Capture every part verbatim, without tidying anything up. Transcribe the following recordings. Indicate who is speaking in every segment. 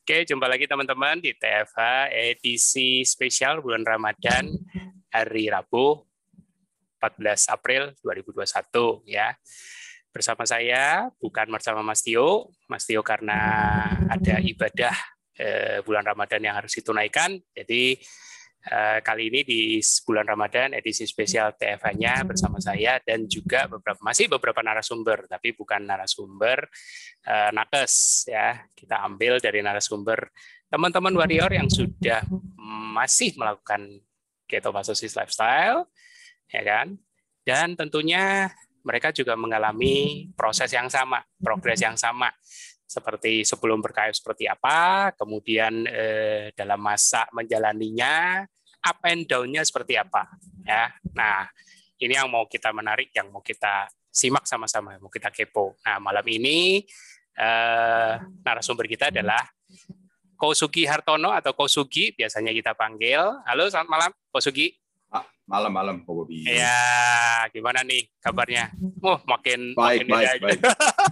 Speaker 1: Oke, jumpa lagi teman-teman di T F H edisi spesial bulan Ramadan hari Rabu empat belas April dua ribu dua puluh satu ya. Bersama saya bukan bersama Mas Tio, Mas Tio karena ada ibadah eh, bulan Ramadan yang harus ditunaikan. Jadi eh, kali ini di bulan Ramadan edisi spesial T F H-nya bersama saya dan juga beberapa masih beberapa narasumber, tapi bukan narasumber eh, nakes ya. Kita ambil dari narasumber teman-teman warrior yang sudah masih melakukan ketofastosis lifestyle, ya kan? Dan tentunya mereka juga mengalami proses yang sama, progres yang sama, seperti sebelum berkayu seperti apa, kemudian eh, dalam masa menjalaninya, up and down-nya seperti apa. Ya, nah ini yang mau kita menarik, yang mau kita simak sama-sama, mau kita kepo. Nah malam ini eh, narasumber kita adalah Kosugi Hartono atau Kosugi, biasanya kita panggil. Halo, selamat malam, Kosugi.
Speaker 2: Malam-malam, Pak Bobi.
Speaker 1: Ya, gimana nih kabarnya? Oh, makin
Speaker 2: baik,
Speaker 1: makin
Speaker 2: baik,
Speaker 1: aja.
Speaker 2: baik.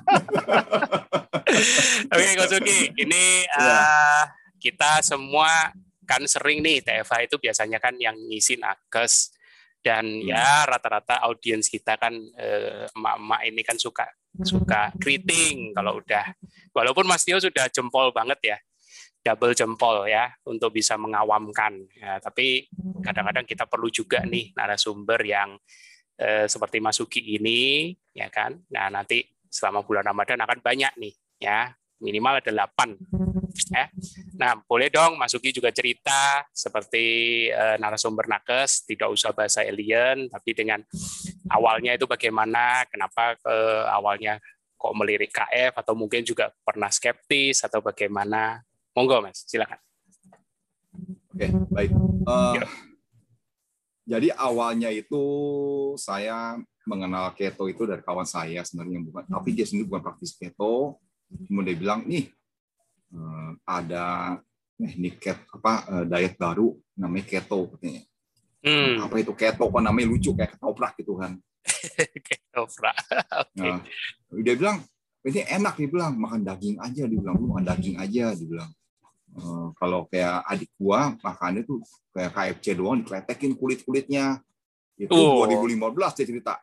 Speaker 1: Oke, Kosugi, ini
Speaker 2: Ya.
Speaker 1: uh, kita semua kan sering nih T F H itu biasanya kan yang ngisi nakes dan hmm. ya rata-rata audiens kita kan eh, emak-emak ini kan suka suka keriting kalau udah, walaupun Mas Tio sudah jempol banget ya, double jempol ya untuk bisa mengawamkan ya, tapi kadang-kadang kita perlu juga nih narasumber yang eh, seperti Mas Sugi ini ya kan. Nah nanti selama bulan Ramadan akan banyak nih ya, minimal ada delapan ya. Nah boleh dong Mas Sugi juga cerita seperti eh, narasumber nakes, tidak usah bahasa alien, tapi dengan awalnya itu bagaimana, kenapa eh, awalnya kok melirik K F, atau mungkin juga pernah skeptis atau bagaimana. Monggo Mas, silakan.
Speaker 2: Oke, baik. Uh, jadi awalnya itu saya mengenal keto itu dari kawan saya sebenarnya, bukan, tapi dia sendiri bukan praktis keto. Kemudian dia bilang, nih uh, ada teknik keto, apa uh, diet baru namanya keto katanya. Hmm. Apa itu keto? Kok namanya lucu kayak ketoprak gitu kan?
Speaker 1: Ketoprak. Okay.
Speaker 2: Nah, dia bilang ini enak, dia bilang makan daging aja, dia bilang lu makan daging aja, dia bilang. Uh, kalau kayak adik gua makannya tuh kayak K F C doang, dikletekin kulit-kulitnya. Itu oh. dua ribu lima belas dia cerita.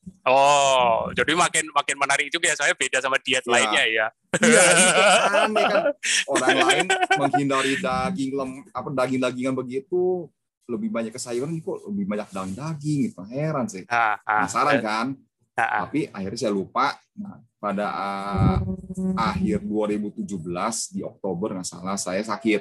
Speaker 1: Oh, jadi makin makin menarik juga ya, soalnya beda sama diet ya. lainnya ya.
Speaker 2: Iya, itu aneh kan. Orang lain menghindari daging lem, apa daging-dagingan begitu, lebih banyak ke sayuran, kok lebih banyak daging gitu. Heran sih. Penasaran kan? Ha-ha. Tapi akhirnya saya lupa. Nah, pada uh, akhir dua ribu tujuh belas di Oktober nggak salah saya sakit.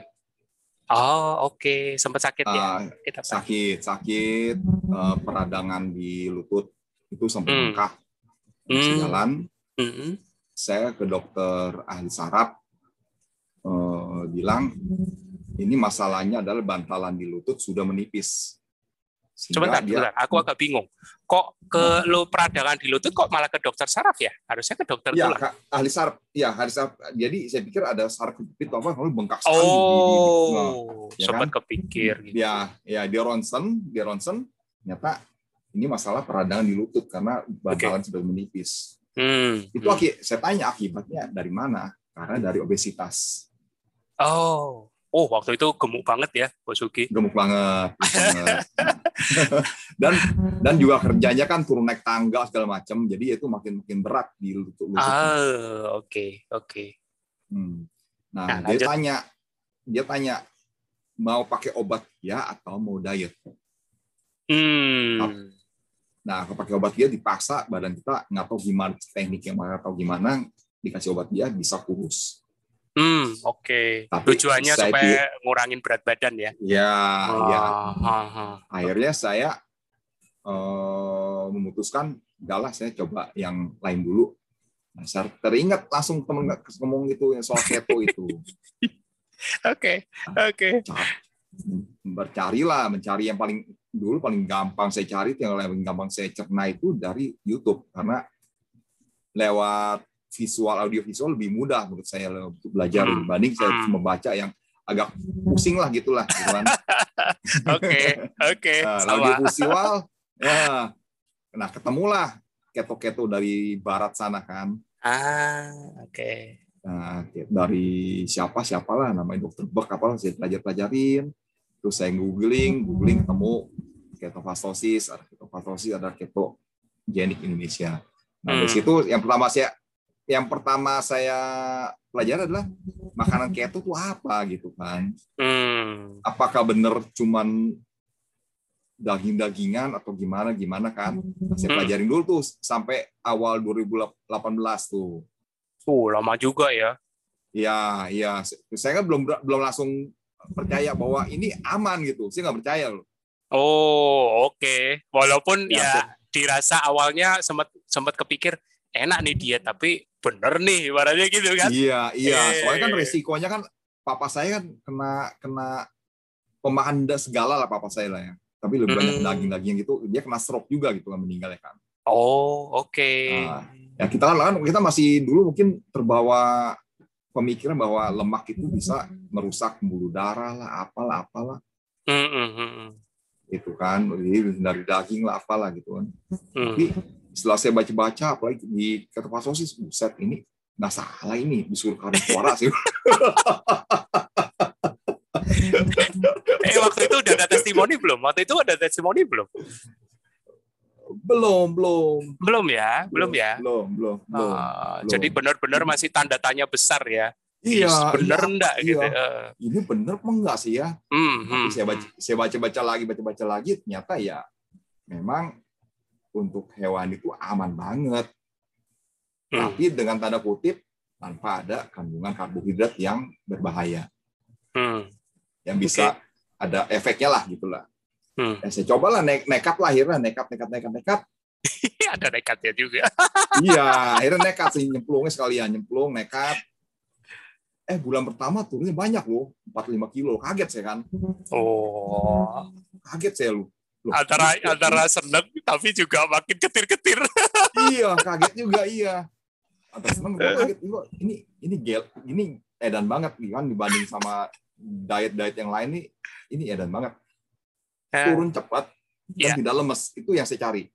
Speaker 1: Oh oke, okay. Sempat sakit ya?
Speaker 2: Uh, sakit, sakit uh, peradangan di lutut itu sampai
Speaker 1: hmm.
Speaker 2: bengkak. Masih
Speaker 1: hmm.
Speaker 2: jalan.
Speaker 1: Hmm.
Speaker 2: Saya ke dokter ahli saraf, uh, bilang ini masalahnya adalah bantalan di lutut sudah menipis.
Speaker 1: Sebentar, dia, sebentar, aku agak bingung. Kok ke lo peradangan di lutut kok malah ke dokter saraf ya? Harusnya ke dokter
Speaker 2: ya,
Speaker 1: tulang.
Speaker 2: Ahli saraf, ya ahli saraf. Jadi saya pikir ada saraf kejepit apa, kalau bengkak sekali.
Speaker 1: Oh,
Speaker 2: di, di, nah,
Speaker 1: ya sempat kan? Kepikir. Gitu.
Speaker 2: Ya, ya di ronsen, di ronsen, ternyata ini masalah peradangan di lutut karena bantalan okay. sudah menipis.
Speaker 1: Hmm.
Speaker 2: Itu aki, saya tanya akibatnya dari mana? Karena dari obesitas.
Speaker 1: Oh. Oh, waktu itu gemuk banget ya, Bos Sugi.
Speaker 2: Gemuk banget. Gemuk banget. dan dan juga kerjanya kan turun naik tangga segala macam, jadi itu makin makin berat di lutut.
Speaker 1: Ah, oke, okay, oke. Okay.
Speaker 2: Hmm. Nah, nah, dia lanjut. tanya, dia tanya mau pakai obat ya atau mau diet.
Speaker 1: Hmm.
Speaker 2: Nah, kalau pakai obat dia dipaksa badan kita nggak tahu gimana tekniknya, nggak tahu gimana dikasih obat dia bisa kurus.
Speaker 1: Hmm, oke. Okay. Tujuannya supaya di... ngurangin berat badan ya?
Speaker 2: Ya,
Speaker 1: oh,
Speaker 2: ya.
Speaker 1: Oh, oh.
Speaker 2: Akhirnya saya uh, memutuskan, udahlah saya coba yang lain dulu. Nah, saya teringat langsung temen ngomong itu soal keto itu.
Speaker 1: Oke, oke.
Speaker 2: Bercarilah, mencari yang paling dulu paling gampang saya cari, yang paling gampang saya cerna itu dari YouTube karena lewat visual, audio visual lebih mudah menurut saya untuk belajar hmm. dibanding saya hmm. membaca yang agak pusing lah gitulah gitu kan.
Speaker 1: Oke, oke.
Speaker 2: Nah, audio visual ya. Nah, ketemulah keto-keto dari barat sana kan.
Speaker 1: Ah, oke. Okay.
Speaker 2: Nah, dari siapa siapalah namanya dokter Beck apalah saya pelajari-pelajarin, terus saya googling, googling ketemu ketofastosis, ada ketofastosis, ada ketogenik Indonesia. Nah, dari
Speaker 1: Hmm.
Speaker 2: situ yang pertama saya yang pertama saya pelajari adalah makanan keto itu apa gitu kan.
Speaker 1: Hmm.
Speaker 2: Apakah benar cuman daging-dagingan atau gimana gimana kan. Nah, saya pelajarin dulu tuh sampai awal dua ribu delapan belas tuh.
Speaker 1: Uh, lama juga ya.
Speaker 2: Iya, iya. Saya kan belum belum langsung percaya bahwa ini aman gitu. Saya nggak percaya loh.
Speaker 1: Oh, oke. Okay. Walaupun
Speaker 2: Ya,
Speaker 1: ya
Speaker 2: saya,
Speaker 1: dirasa awalnya sempat sempat kepikir enak nih dia, tapi bener nih, ibaratnya gitu kan.
Speaker 2: iya, iya. Soalnya kan
Speaker 1: Eh.
Speaker 2: resikonya kan papa saya kan kena kena pemakan segala lah papa saya lah ya. Tapi lebih banyak
Speaker 1: Hmm.
Speaker 2: daging-daging gitu. Dia kena stroke juga gitu kan meninggal ya kan.
Speaker 1: Oh, oke. Okay.
Speaker 2: Nah, ya kita kan kita masih dulu mungkin terbawa pemikiran bahwa lemak itu bisa merusak pembuluh darah lah, apalah apalah.
Speaker 1: Hmm, hmm, hmm.
Speaker 2: Itu kan dari daging lah apalah gitu kan.
Speaker 1: Hmm.
Speaker 2: Tapi setelah saya baca-baca apalagi di ketofastosis, buset ini nggak salah ini disuruh karnivora sih.
Speaker 1: Eh, waktu itu udah ada testimoni belum? Waktu itu ada testimoni belum?
Speaker 2: belum, belum.
Speaker 1: Belum ya, belum, belum ya.
Speaker 2: Belum, belum, belum.
Speaker 1: Uh,
Speaker 2: belum.
Speaker 1: Jadi benar-benar masih tanda tanya besar ya.
Speaker 2: Iya,
Speaker 1: bener
Speaker 2: iya,
Speaker 1: enggak
Speaker 2: iya.
Speaker 1: gitu.
Speaker 2: Uh. Ini bener apa enggak sih ya?
Speaker 1: Hmm,
Speaker 2: Tapi
Speaker 1: hmm,
Speaker 2: saya baca,
Speaker 1: hmm.
Speaker 2: saya baca-baca lagi, baca-baca lagi, ternyata ya memang untuk hewan itu aman banget. Hmm. Tapi dengan tanda kutip tanpa ada kandungan karbohidrat yang berbahaya.
Speaker 1: Hmm.
Speaker 2: Yang bisa okay. ada efeknya lah gitulah.
Speaker 1: Hmm.
Speaker 2: Ya, saya cobalah ne nekat lah akhirnya nekat nekat nekat nekat.
Speaker 1: Ada nekatnya juga.
Speaker 2: Iya, akhirnya nekat sih nyemplungnya sekalian nyemplung nekat. Eh bulan pertama turunnya banyak loh, empat puluh lima kilo. Kaget saya kan.
Speaker 1: Oh.
Speaker 2: Kaget saya loh. loh
Speaker 1: antara
Speaker 2: loh,
Speaker 1: antara loh. Seneng tapi juga makin ketir-ketir.
Speaker 2: Iya, kaget juga iya. Antara seneng juga kaget. Ini ini gel, ini edan banget kan dibanding sama diet-diet yang lain nih. Ini edan banget. Turun cepat dan yeah. tidak lemes. Itu yang saya cari.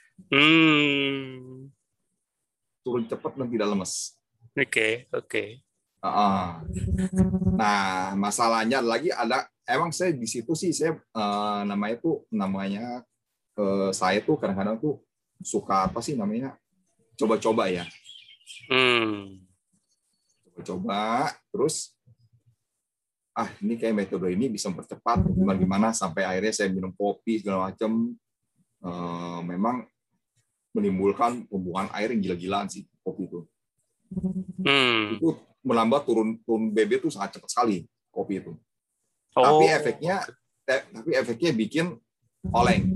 Speaker 1: Hmm.
Speaker 2: Turun cepat dan tidak lemes.
Speaker 1: Oke, okay, oke. Okay.
Speaker 2: Uh, nah, masalahnya lagi ada emang saya di situ sih saya uh, namanya tuh namanya uh, saya tuh kadang-kadang tuh suka apa sih namanya coba-coba ya.
Speaker 1: Hmm.
Speaker 2: Coba-coba terus ah ini kayak metode ini bisa mempercepat gimana gimana sampai akhirnya saya minum kopi segala macam uh, memang menimbulkan pembuangan air yang gila-gilaan sih kopi itu.
Speaker 1: Hmm.
Speaker 2: Itu menambah turun turun B B itu sangat cepat sekali kopi itu. Oh. Tapi efeknya eh, tapi efeknya bikin oleng.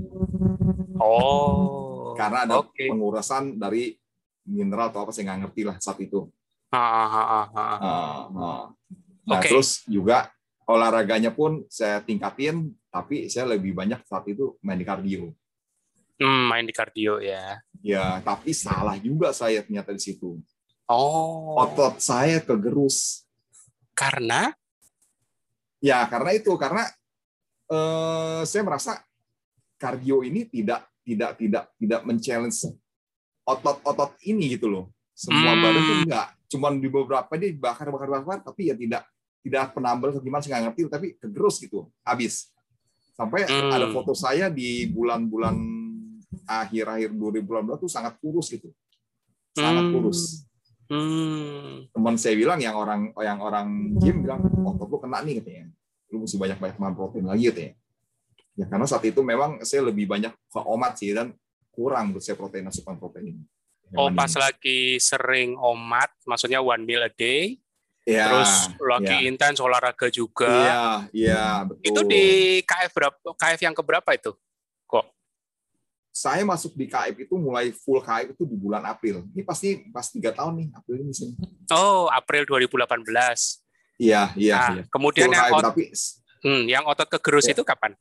Speaker 1: Oh.
Speaker 2: Karena ada
Speaker 1: okay.
Speaker 2: pengurusan dari mineral atau apa saya nggak ngerti lah saat itu.
Speaker 1: Ha, ha, ha, ha.
Speaker 2: Nah, nah. nah
Speaker 1: okay.
Speaker 2: terus juga olahraganya pun saya tingkatin, tapi saya lebih banyak saat itu main di kardio.
Speaker 1: Hmm, main di kardio ya.
Speaker 2: Ya, tapi salah juga saya ternyata di situ.
Speaker 1: Oh.
Speaker 2: Otot saya kegerus.
Speaker 1: Karena?
Speaker 2: Ya, karena itu. Karena eh, saya merasa kardio ini tidak tidak tidak tidak men-challenge otot-otot ini gitu loh. Semua hmm. badan tuh enggak. Cuman di beberapa dia bakar-bakar-bakar, tapi ya tidak tidak penambal atau gimana, saya nggak ngerti, tapi kegerus gitu, habis. Sampai hmm. ada foto saya di bulan-bulan akhir-akhir dua ribu delapan belas tuh sangat kurus gitu. Sangat kurus.
Speaker 1: Hmm.
Speaker 2: Teman saya bilang yang orang yang orang gym bilang otot lu kena nih katanya, lu mesti banyak-banyak makan protein lagi katanya. Ya karena saat itu memang saya lebih banyak ke omat sih dan kurang menurut saya protein asupan protein ini.
Speaker 1: Oh pas ini. Lagi sering omat, maksudnya one meal a day, ya, terus lagi ya. Intens olahraga juga.
Speaker 2: Iya, iya betul.
Speaker 1: Itu di K F berapa? K F yang keberapa itu? Kok?
Speaker 2: Saya masuk di K F itu mulai full K F itu di bulan April. Ini pasti pas tiga tahun nih, April ini sih.
Speaker 1: Oh, April dua ribu delapan belas.
Speaker 2: Iya, iya.
Speaker 1: Nah,
Speaker 2: iya.
Speaker 1: Kemudian
Speaker 2: full
Speaker 1: yang,
Speaker 2: K F,
Speaker 1: ot-
Speaker 2: tapi,
Speaker 1: hmm, yang otot kegerus ya. Itu kapan?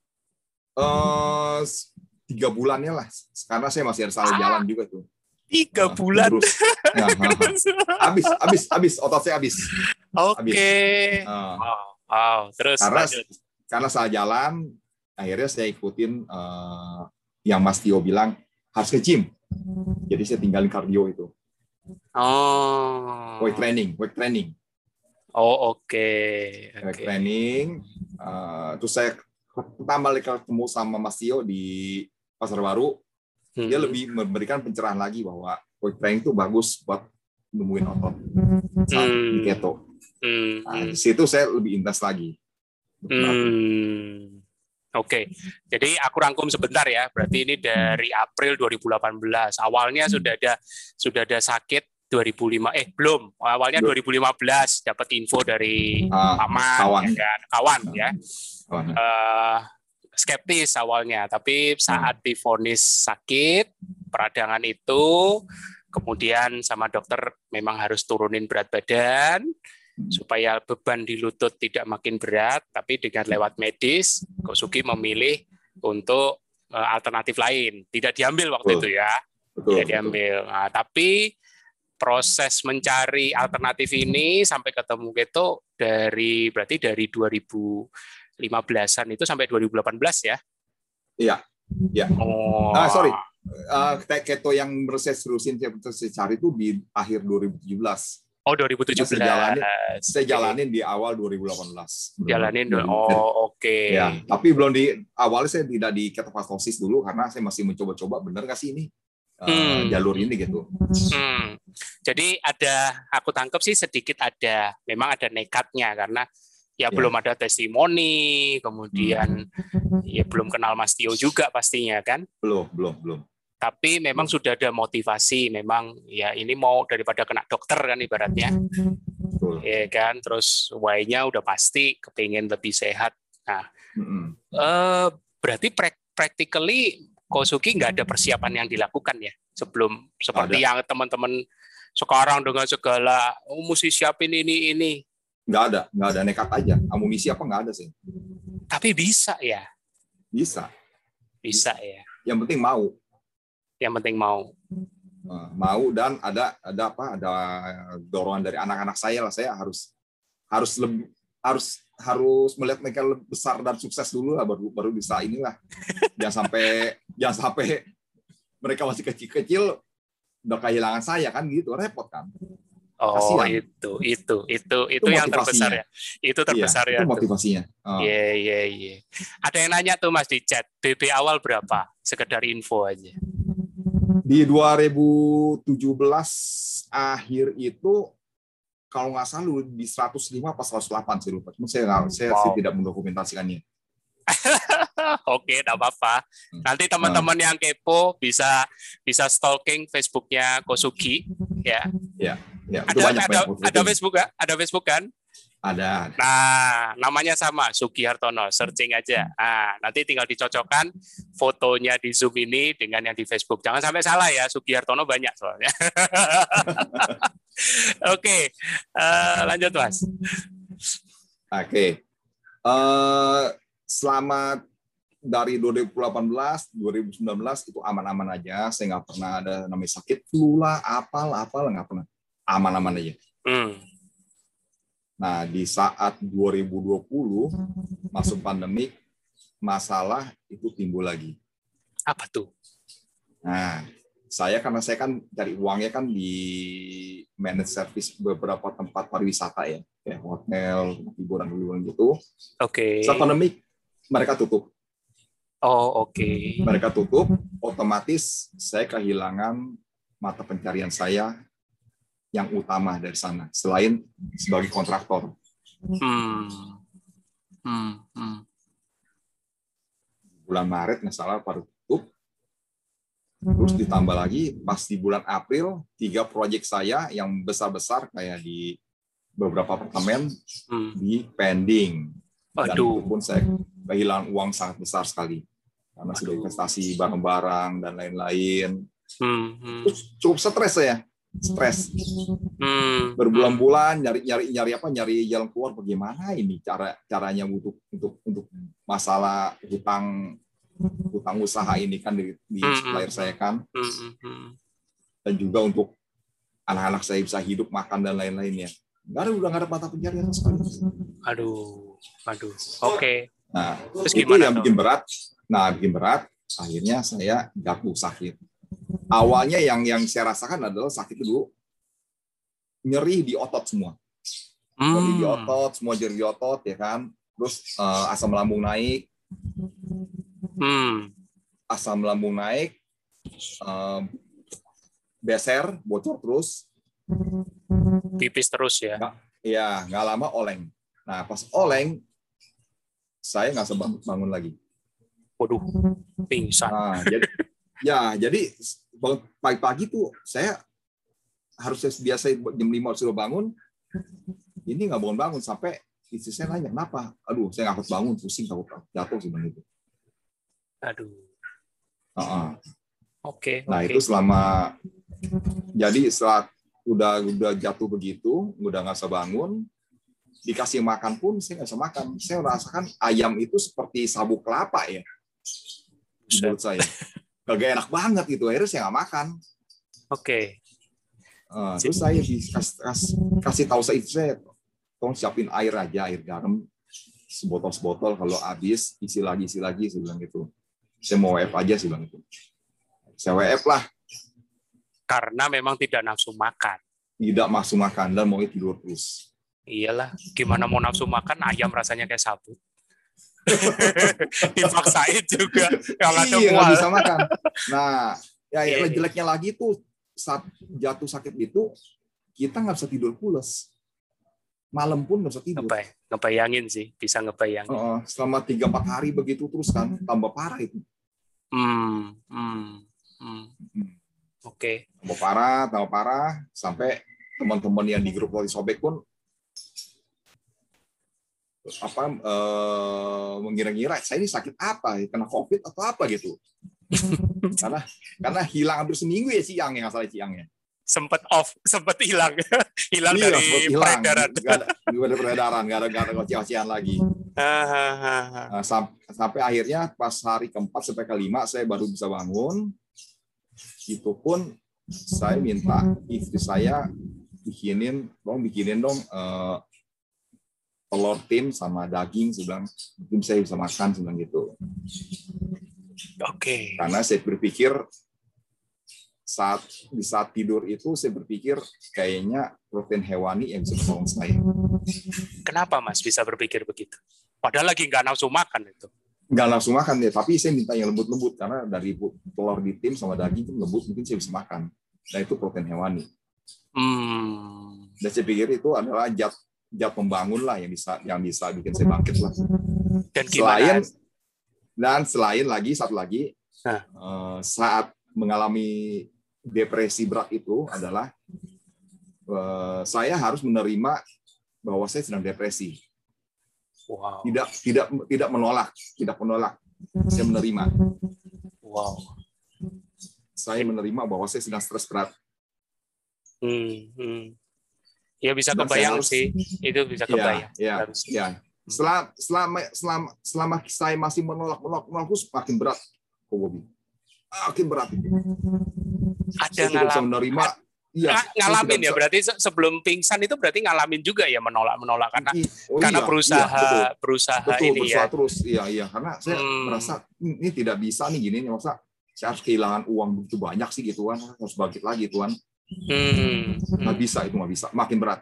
Speaker 2: Uh, tiga bulannya lah. Karena saya masih ada salah ah, jalan juga tuh.
Speaker 1: Tiga uh, bulan.
Speaker 2: Terus. Nah, habis, habis, habis. Otot saya habis.
Speaker 1: Oke. Okay. Uh, wow. wow. Terus
Speaker 2: karena,
Speaker 1: lanjut.
Speaker 2: Karena salah jalan, akhirnya saya ikutin uh, yang Mas Tio bilang harus ke gym. Jadi saya tinggalin kardio itu.
Speaker 1: Oh.
Speaker 2: Weight training, weight training.
Speaker 1: Oh oke. Okay.
Speaker 2: Weight
Speaker 1: okay.
Speaker 2: training. Uh, terus saya pertama kali ketemu sama Mas Tio di Pasar Baru, hmm. dia lebih memberikan pencerahan lagi bahwa weight training itu bagus buat nemuin otot saat hmm. di keto. Hmm. Nah, di situ saya lebih intens lagi.
Speaker 1: Hmm. Oke, okay. Jadi aku rangkum sebentar ya. Berarti ini dari April dua ribu delapan belas. Awalnya sudah ada sudah ada sakit dua ribu lima eh belum. Awalnya dua ribu lima belas dapat info dari
Speaker 2: uh,
Speaker 1: paman
Speaker 2: kawan
Speaker 1: ya kan? kawan ya.
Speaker 2: Kawan.
Speaker 1: Uh, skeptis awalnya, tapi saat divonis sakit peradangan itu, kemudian sama dokter memang harus turunin berat badan supaya beban di lutut tidak makin berat, tapi dengan lewat medis, Kosugi memilih untuk uh, alternatif lain. Tidak diambil waktu betul. itu ya, betul, tidak diambil. Nah, tapi proses mencari alternatif ini sampai ketemu keto dari berarti dari dua ribu lima belasan itu sampai dua ribu delapan belas ya?
Speaker 2: Iya, iya.
Speaker 1: Oh.
Speaker 2: Ah, sorry, uh, keto yang saya terusin saya cari itu di akhir dua ribu tujuh belas.
Speaker 1: Oh, dua ribu tujuh belas.
Speaker 2: Saya jalanin, saya jalanin di awal dua ribu delapan belas.
Speaker 1: Jalanin dulu. Oh, oke. Okay.
Speaker 2: Ya, tapi belum di awalnya saya tidak di ketofastosis dulu karena saya masih mencoba-coba benar nggak sih ini uh, hmm. jalur ini gitu.
Speaker 1: Hmm. Jadi ada, aku tangkap sih sedikit ada, memang ada nekatnya karena ya, ya. belum ada testimoni, kemudian hmm. ya belum kenal Mas Tio juga pastinya kan?
Speaker 2: Belum, belum, belum.
Speaker 1: Tapi memang sudah ada motivasi, memang ya ini mau daripada kena dokter kan ibaratnya, betul. Ya kan, terus why-nya udah pasti kepingin lebih sehat. Nah, mm-hmm. eh, berarti practically Kosugi nggak ada persiapan yang dilakukan ya sebelum seperti ada. Yang teman-teman sekarang dengan segala oh, mesti siapin ini ini.
Speaker 2: Nggak ada, nggak ada nekat aja. Amunisi apa nggak ada sih.
Speaker 1: Tapi bisa ya.
Speaker 2: Bisa.
Speaker 1: Bisa ya.
Speaker 2: Yang penting mau.
Speaker 1: Yang penting mau
Speaker 2: mau dan ada ada apa ada dorongan dari anak-anak saya lah, saya harus harus lebih harus harus melihat mereka lebih besar dan sukses dulu lah baru baru bisa inilah. Jangan sampai jangan sampai mereka masih kecil-kecil udah kehilangan saya kan gitu, repot kan.
Speaker 1: Oh, kasihan. itu itu itu itu, itu yang terbesar ya. Itu terbesar
Speaker 2: iya,
Speaker 1: ya.
Speaker 2: Itu motivasinya.
Speaker 1: Iya iya iya. Ada yang nanya tuh Mas di chat, B B awal berapa? Sekedar info aja.
Speaker 2: Di dua ribu tujuh belas akhir itu kalau nggak salah di seratus lima pas seratus delapan saya lupa. Cuma saya nggak, saya wow. tidak mendokumentasikannya.
Speaker 1: Oke, enggak apa-apa. Nanti teman-teman yang kepo bisa bisa stalking Facebooknya Kosugi ya.
Speaker 2: Ya, ya.
Speaker 1: Ada
Speaker 2: banyak,
Speaker 1: ada,
Speaker 2: banyak
Speaker 1: ada Facebook kan? Ada Facebook kan?
Speaker 2: Ada.
Speaker 1: Nah, namanya sama, Sugihartono, searching aja. Nah, nanti tinggal dicocokkan fotonya di Zoom ini dengan yang di Facebook. Jangan sampai salah ya, Sugihartono banyak soalnya. Oke, uh, lanjut Mas.
Speaker 2: Oke, okay. uh, selama dari dua ribu delapan belas, dua ribu sembilan belas itu aman-aman aja. Saya nggak pernah ada namanya sakit flu lah, apal, apal nggak pernah. Aman-aman aja. Hmm. Nah, di saat dua ribu dua puluh masuk pandemi, masalah itu timbul lagi.
Speaker 1: Apa tuh?
Speaker 2: Nah, saya karena saya kan cari uangnya kan di manage service beberapa tempat pariwisata ya, kayak hotel, hiburan-hiburan gitu.
Speaker 1: Oke. Okay.
Speaker 2: Saat pandemi mereka tutup.
Speaker 1: Oh, oke. Okay.
Speaker 2: Mereka tutup, otomatis saya kehilangan mata pencarian saya yang utama dari sana, selain sebagai kontraktor.
Speaker 1: Hmm. Hmm. Hmm.
Speaker 2: Bulan Maret nggak salah baru tutup, terus ditambah lagi pas di bulan April tiga proyek saya yang besar-besar kayak di beberapa apartemen hmm. di pending. Dan
Speaker 1: Aduh.
Speaker 2: itu pun saya kehilangan uang sangat besar sekali karena Aduh. sudah investasi barang-barang dan lain-lain.
Speaker 1: Hmm. Hmm.
Speaker 2: Cukup stres saya. Stres, hmm. berbulan-bulan nyari nyari nyari apa nyari jalan keluar bagaimana ini cara caranya untuk untuk untuk masalah hutang hutang usaha ini kan di, di hmm. supplier saya kan, hmm. dan juga untuk anak-anak saya bisa hidup makan dan lain-lainnya. Nggak ada udah nggak ada mata pencarian sekali.
Speaker 1: Aduh, aduh, oke. Okay.
Speaker 2: Nah, terus itu yang tuh? bikin berat. Nah, bikin berat. Akhirnya saya jatuh sakit. Awalnya yang yang saya rasakan adalah sakit dulu nyeri di otot semua.
Speaker 1: Hmm.
Speaker 2: Nyeri di otot, semua nyeri di otot ya kan. Terus uh, asam lambung naik.
Speaker 1: Hmm.
Speaker 2: Asam lambung naik. Uh, beser, bocor terus.
Speaker 1: Pipis terus ya.
Speaker 2: Nggak, ya, nggak lama oleng. Nah, pas oleng, saya nggak bisa bangun lagi.
Speaker 1: Waduh, pingsan.
Speaker 2: Nah, jadi, ya, jadi pagi-pagi tuh saya harusnya biasa jam lima sudah bangun, ini nggak bangun-bangun sampai istri saya nanya kenapa? Aduh, saya nggak bangun, pusing, takut jatuh sih begitu.
Speaker 1: Aduh.
Speaker 2: Uh-uh.
Speaker 1: Oke.
Speaker 2: Nah
Speaker 1: okay.
Speaker 2: itu selama, jadi setelah udah udah jatuh begitu, udah nggak bisa bangun, dikasih makan pun saya nggak bisa makan. Saya merasakan ayam itu seperti sabuk kelapa ya, menurut saya. Gak enak banget gitu, akhirnya saya nggak makan.
Speaker 1: Oke. Okay.
Speaker 2: Uh, terus saya dikasih, kasih, kasih tahu saya itu saya, tolong siapin air aja, air garam sebotol-sebotol, kalau habis isi lagi isi lagi, saya bilang gitu. Saya mau W F aja sih bilang itu. Saya W F lah.
Speaker 1: Karena memang tidak nafsu makan.
Speaker 2: Tidak nafsu makan dan mau tidur terus.
Speaker 1: Iyalah, gimana mau nafsu makan, ayam rasanya kayak sabut. Dipaksain juga kalau ada
Speaker 2: iya,
Speaker 1: mual.
Speaker 2: nggak bisa makan. Nah, ya, ya
Speaker 1: yeah.
Speaker 2: jeleknya lagi tuh saat jatuh sakit itu kita nggak bisa tidur pulas. Malam pun nggak bisa tidur.
Speaker 1: Ngebay, ngebayangin sih, bisa ngebayangin.
Speaker 2: Uh, selama tiga empat hari begitu terus kan, tambah parah itu.
Speaker 1: Hmm, hmm, hmm.
Speaker 2: hmm.
Speaker 1: Oke. Okay.
Speaker 2: Tambah parah, tambah parah, sampai teman-teman yang di grup Loli Sobek pun apa uh, mengira-ngira saya ini sakit apa, kena COVID atau apa gitu. karena karena hilang hampir seminggu ya siang ya, nggak salah siangnya.
Speaker 1: Sempet off, sempet hilang, hilang
Speaker 2: iya,
Speaker 1: dari
Speaker 2: hilang.
Speaker 1: peredaran.
Speaker 2: Gak ada, gak ada peredaran, gak ada, gak ada kocian lagi. Nah, sam- sampai akhirnya pas hari keempat sampai kelima saya baru bisa bangun. Itu pun saya minta istri saya bikinin, dong bikinin dong uh, telur tim sama daging, saya bilang mungkin saya bisa makan, saya bilang gitu.
Speaker 1: Oke. Okay.
Speaker 2: Karena saya berpikir saat di saat tidur itu saya berpikir kayaknya protein hewani yang bisa menolong saya.
Speaker 1: Kenapa Mas bisa berpikir begitu? Padahal lagi nggak nafsu makan itu.
Speaker 2: Nggak nafsu makan ya, tapi saya minta yang lembut-lembut karena dari telur di tim sama daging itu lembut, mungkin saya bisa makan. Nah itu protein hewani.
Speaker 1: Hmm.
Speaker 2: Dan saya pikir itu adalah zat zat pembangun lah yang bisa yang bisa bikin saya bangkit lah.
Speaker 1: Dan
Speaker 2: selain
Speaker 1: gimana?
Speaker 2: dan selain lagi satu lagi uh, saat mengalami depresi berat itu adalah uh, saya harus menerima bahwa saya sedang depresi.
Speaker 1: Wow.
Speaker 2: Tidak tidak tidak menolak, tidak menolak. Saya menerima.
Speaker 1: Wow.
Speaker 2: Saya menerima bahwa saya sedang stres berat.
Speaker 1: Hmm, hmm. Ya bisa
Speaker 2: Dan
Speaker 1: kebayang
Speaker 2: harus,
Speaker 1: sih, itu bisa kebayang.
Speaker 2: Ya, ya, ya. Selama, selama selama selama saya masih menolak menolak menolak terus makin berat, Bobi. Makin berat itu.
Speaker 1: Ada
Speaker 2: saya tidak bisa menerima. Iya,
Speaker 1: ngalamin ya, berarti sebelum pingsan itu berarti ngalamin juga ya menolak menolak karena oh, karena iya, berusaha
Speaker 2: iya, betul.
Speaker 1: berusaha
Speaker 2: betul,
Speaker 1: ini
Speaker 2: berusaha
Speaker 1: ya.
Speaker 2: terus, iya iya karena saya
Speaker 1: hmm.
Speaker 2: merasa ini tidak bisa nih gini nih, masa saya harus kehilangan uang begitu banyak sih gitu kan, harus bangkit lagi tuan.
Speaker 1: Hmm.
Speaker 2: Nggak bisa itu nggak bisa, makin berat.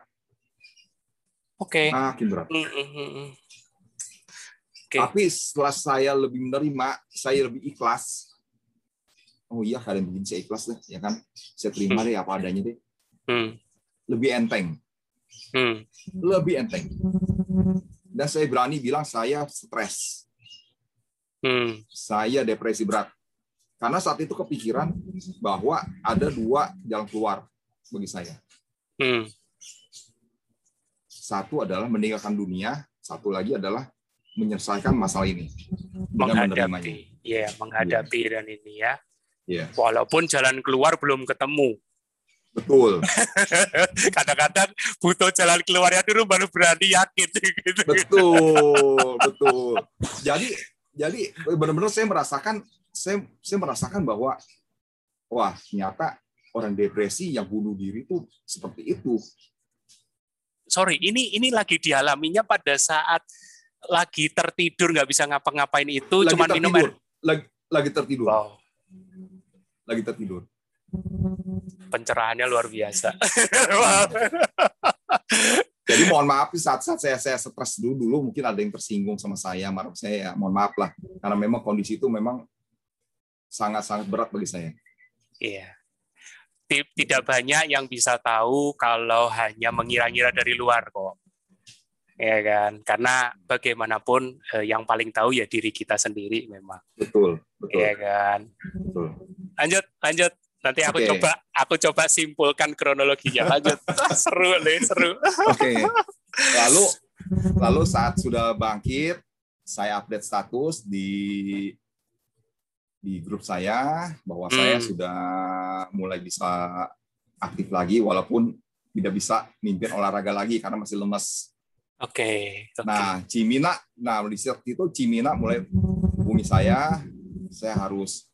Speaker 1: Oke. Okay.
Speaker 2: Makin berat.
Speaker 1: Hmm, hmm, hmm.
Speaker 2: Okay. Tapi setelah saya lebih menerima, saya lebih ikhlas. Oh iya, kalian bikin saya ikhlas deh, ya kan? Saya terima hmm. deh apa adanya deh.
Speaker 1: Hmm.
Speaker 2: Lebih enteng.
Speaker 1: Hmm.
Speaker 2: Lebih enteng. Dan saya berani bilang saya stres.
Speaker 1: Hmm.
Speaker 2: Saya depresi berat. Karena saat itu kepikiran bahwa ada dua jalan keluar bagi saya.
Speaker 1: Hmm.
Speaker 2: Satu adalah meninggalkan dunia, satu lagi adalah menyelesaikan masalah ini.
Speaker 1: Menghadapi, ya, menghadapi ya. Dan ini ya.
Speaker 2: Yeah.
Speaker 1: Walaupun jalan keluar belum ketemu.
Speaker 2: Betul.
Speaker 1: Kadang-kadang butuh jalan keluarnya dulu baru berani yakin. Gitu.
Speaker 2: Betul, betul. Jadi, jadi benar-benar saya merasakan, saya, saya merasakan bahwa, wah ternyata orang depresi yang bunuh diri itu seperti itu.
Speaker 1: Sorry, ini ini lagi dialaminya pada saat lagi tertidur nggak bisa ngapa-ngapain itu,
Speaker 2: lagi
Speaker 1: cuma minum air.
Speaker 2: Lagi, lagi tertidur.
Speaker 1: Wow.
Speaker 2: Lagi tertidur.
Speaker 1: Pencerahannya luar biasa.
Speaker 2: Jadi mohon maaf saat-saat saya saya stres dulu dulu mungkin ada yang tersinggung sama saya, marah saya ya, mohon maaf lah karena memang kondisi itu memang sangat-sangat berat bagi saya.
Speaker 1: Iya. Tidak banyak yang bisa tahu kalau hanya mengira-ngira dari luar kok. Ya kan? Karena bagaimanapun yang paling tahu ya diri kita sendiri memang.
Speaker 2: Betul, betul.
Speaker 1: Ya kan?
Speaker 2: Betul.
Speaker 1: Lanjut, lanjut. Nanti aku
Speaker 2: okay.
Speaker 1: coba aku coba simpulkan kronologinya. Lanjut. Seru nih, seru.
Speaker 2: Oke. Okay. Lalu lalu saat sudah bangkit, saya update status di di grup saya bahwa hmm. saya sudah mulai bisa aktif lagi walaupun tidak bisa mimpin olahraga lagi karena masih lemas.
Speaker 1: Oke. Okay. Okay.
Speaker 2: Nah, Cimina, nah di saat itu Cimina mulai hubungi saya, saya harus